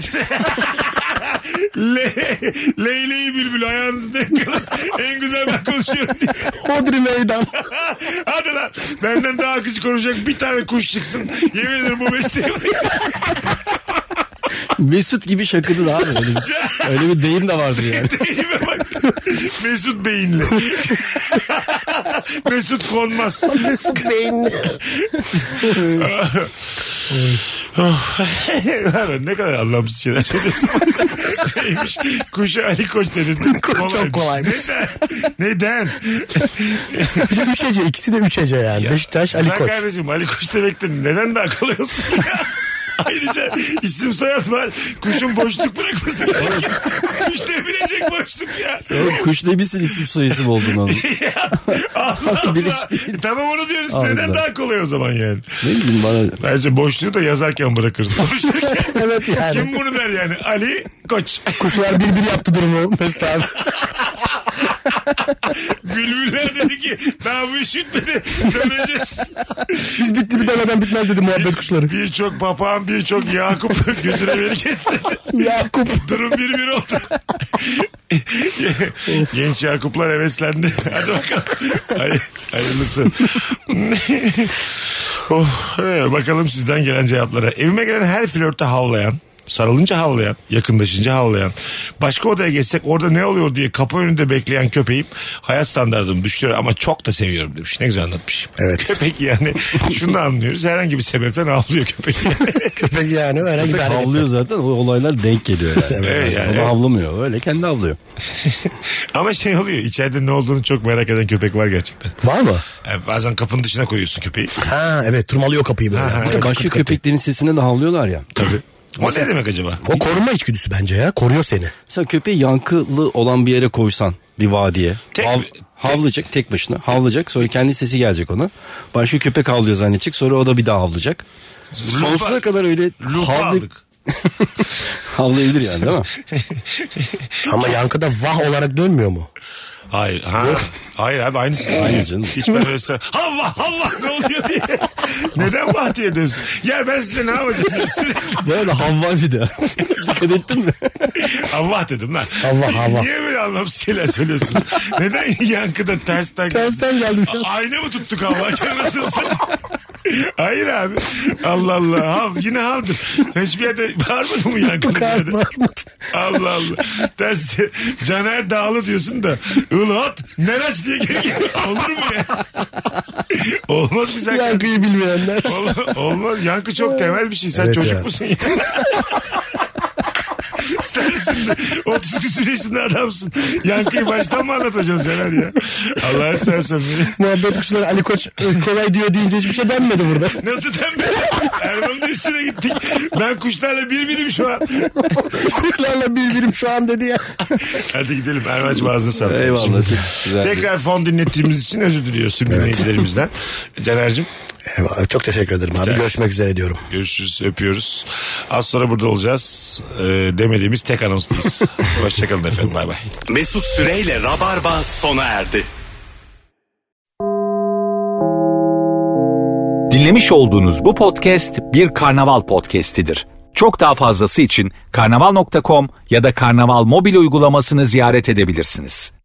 C: Le, Leyleği bülbül ayağınızda yakalın. En güzel ben konuşuyorum diye.
E: Hodri meydan.
C: Hadi lan. Benden daha akıcı konuşacak bir tane kuş çıksın. Yemin ederim bu mesleği.
D: Mesut gibi şakıdın abi. Öyle bir, öyle bir deyim de vardır yani.
C: Deyime bak. Mesut beyinli. Mesut konmaz.
E: Mesut beyinli.
C: Ne kadar anlamsız şeyler söylüyorsun. Neymiş? Kuşa Ali Koç dedin.
E: Çok kolaymış.
C: Neden? Neden?
E: Bir de üç hece. İkisi de üç hece yani. Beşiktaş, Ali
C: Ben
E: Koç.
C: kardeşim Ali Koç demekten neden daha kolay olsun ya? Ayrıca isim soyad var. Kuşun boşluk bırakması gerekiyor. Kuş devirecek boşluk ya.
D: Oğlum, kuş ne bilsin isim soyisim olduğunu onun.
C: Allah Allah.
D: Bilinç değil.
C: Tamam onu diyoruz.
D: Allah.
C: Neden daha kolay o zaman yani?
D: Ne bileyim bana.
C: Bence boşluğu da yazarken bırakırız. Konuşurken.
E: Evet yani.
C: Kim bunu der yani? Ali Koç.
E: Kuşlar bir bir yaptı durumu Mesut abi.
C: Bülbüller dedi ki daha bu iş bitmedi. Döneceğiz.
E: Biz bitti bir demeden bitmez dedi muhabbet kuşları.
C: Birçok papağan, birçok Yakup gözüne beni kestirdi.
E: Yakup.
C: Durum bir bir oldu. Genç Yakuplar heveslendi. Hadi bakalım. Hay, hayırlısı. oh, evet, bakalım sizden gelen cevaplara. Evime gelen her flörte havlayan, sarılınca havlayan, yakınlaşınca havlayan, başka odaya geçsek orada ne oluyor diye kapı önünde bekleyen köpeğim hayat standartımı düşürüyor ama çok da seviyorum demiş. Ne güzel anlatmış.
E: Evet.
C: Köpek yani şunu anlıyoruz, herhangi bir sebepten havlıyor köpek.
E: Köpek yani herhangi bir hareket.
D: Havlıyor zaten, o olaylar denk geliyor yani.
C: Evet, yani.
D: Ama havlamıyor, öyle kendi havlıyor.
C: Ama şey oluyor, içeride ne olduğunu çok merak eden köpek var gerçekten.
E: Var mı?
C: Yani bazen kapının dışına koyuyorsun köpeği.
E: Ha evet, tırmalıyor kapıyı böyle.
C: Ha, ha,
E: Kıt kıt
D: Başka
E: kıt kıt.
D: köpeklerin sesine de havlıyorlar ya.
C: Tabii. O ne demek acaba?
E: O korunma içgüdüsü bence ya. Koruyor seni.
D: Mesela köpeği yankılı olan bir yere koysan, bir vadiye.
C: Tek-
D: hav- havlayacak tek başına. Havlayacak, sonra kendi sesi gelecek ona. Başka köpek havlıyor zannedecek, sonra o da bir daha havlayacak. Sonsuza kadar öyle
C: Lupa
D: havlay-
C: aldık.
D: havlayabilir yani, değil mi?
E: Ama yankıda vah olarak dönmüyor mu?
C: Hayır. Ha. Hayır abi aynısı.
D: Aynı canım.
C: Hiç ben öyle söyle- Allah Allah ne oluyor diye. Neden vah diye diyorsun? Ya ben size ne yapacağım? Sürekli
D: Bu arada havvadi de. Dikkat ettin mi?
C: Allah dedim lan.
E: Allah, Allah.
C: Niye böyle anlamsız şeyler söylüyorsun? Neden yankıda tersten
E: Tersten geldim.
C: A- Ayna mı tuttuk Allah? Nasıl Hayır abi. Allah Allah. Hav, yine havdır. Hiçbir yerde bağırmadı mı yankıda?
E: Bakar var mı?
C: Allah Allah. Ters Caner Dağlı diyorsun da Ilhat Neraç diye geliyor. Olur mu ya? Olmaz güzel.
E: Yankıyı bilmeyenler.
C: Ol- olmaz. Yankı çok temel bir şey. Sen
E: Evet
C: çocuk
E: ya.
C: musun ya? Sen şimdi otuz küsur yaşında adamsın. Yankıyı baştan mı anlatacağız Caner ya? Allah'ını seversen beni.
E: Muhabbet kuşları Ali Koç kolay diyor deyince hiçbir şey denmedi burada.
C: Nasıl tembel? Erman'ın da üstüne gittik. Ben kuşlarla bir birim şu an.
E: Kuşlarla bir birim şu an dedi ya.
C: Hadi gidelim. Erman'cığım ağzına sağlık.
D: Eyvallah. Çok güzel.
C: Tekrar fon dinlettiğimiz için özür diliyoruz tüm dinleyicilerimizden. Caner'cim
E: Eyvallah, çok teşekkür ederim abi.
C: Evet.
E: Görüşmek üzere diyorum.
C: görüşürüz, öpüyoruz. Az sonra burada olacağız. Ee, demediğimiz tek anonstayız. Hoşçakalın efendim, bay bay.
B: Mesut Süreyle Rabarba sona erdi.
A: Dinlemiş olduğunuz bu podcast bir karnaval podcastidir. Çok daha fazlası için karnaval nokta com ya da karnaval mobil uygulamasını ziyaret edebilirsiniz.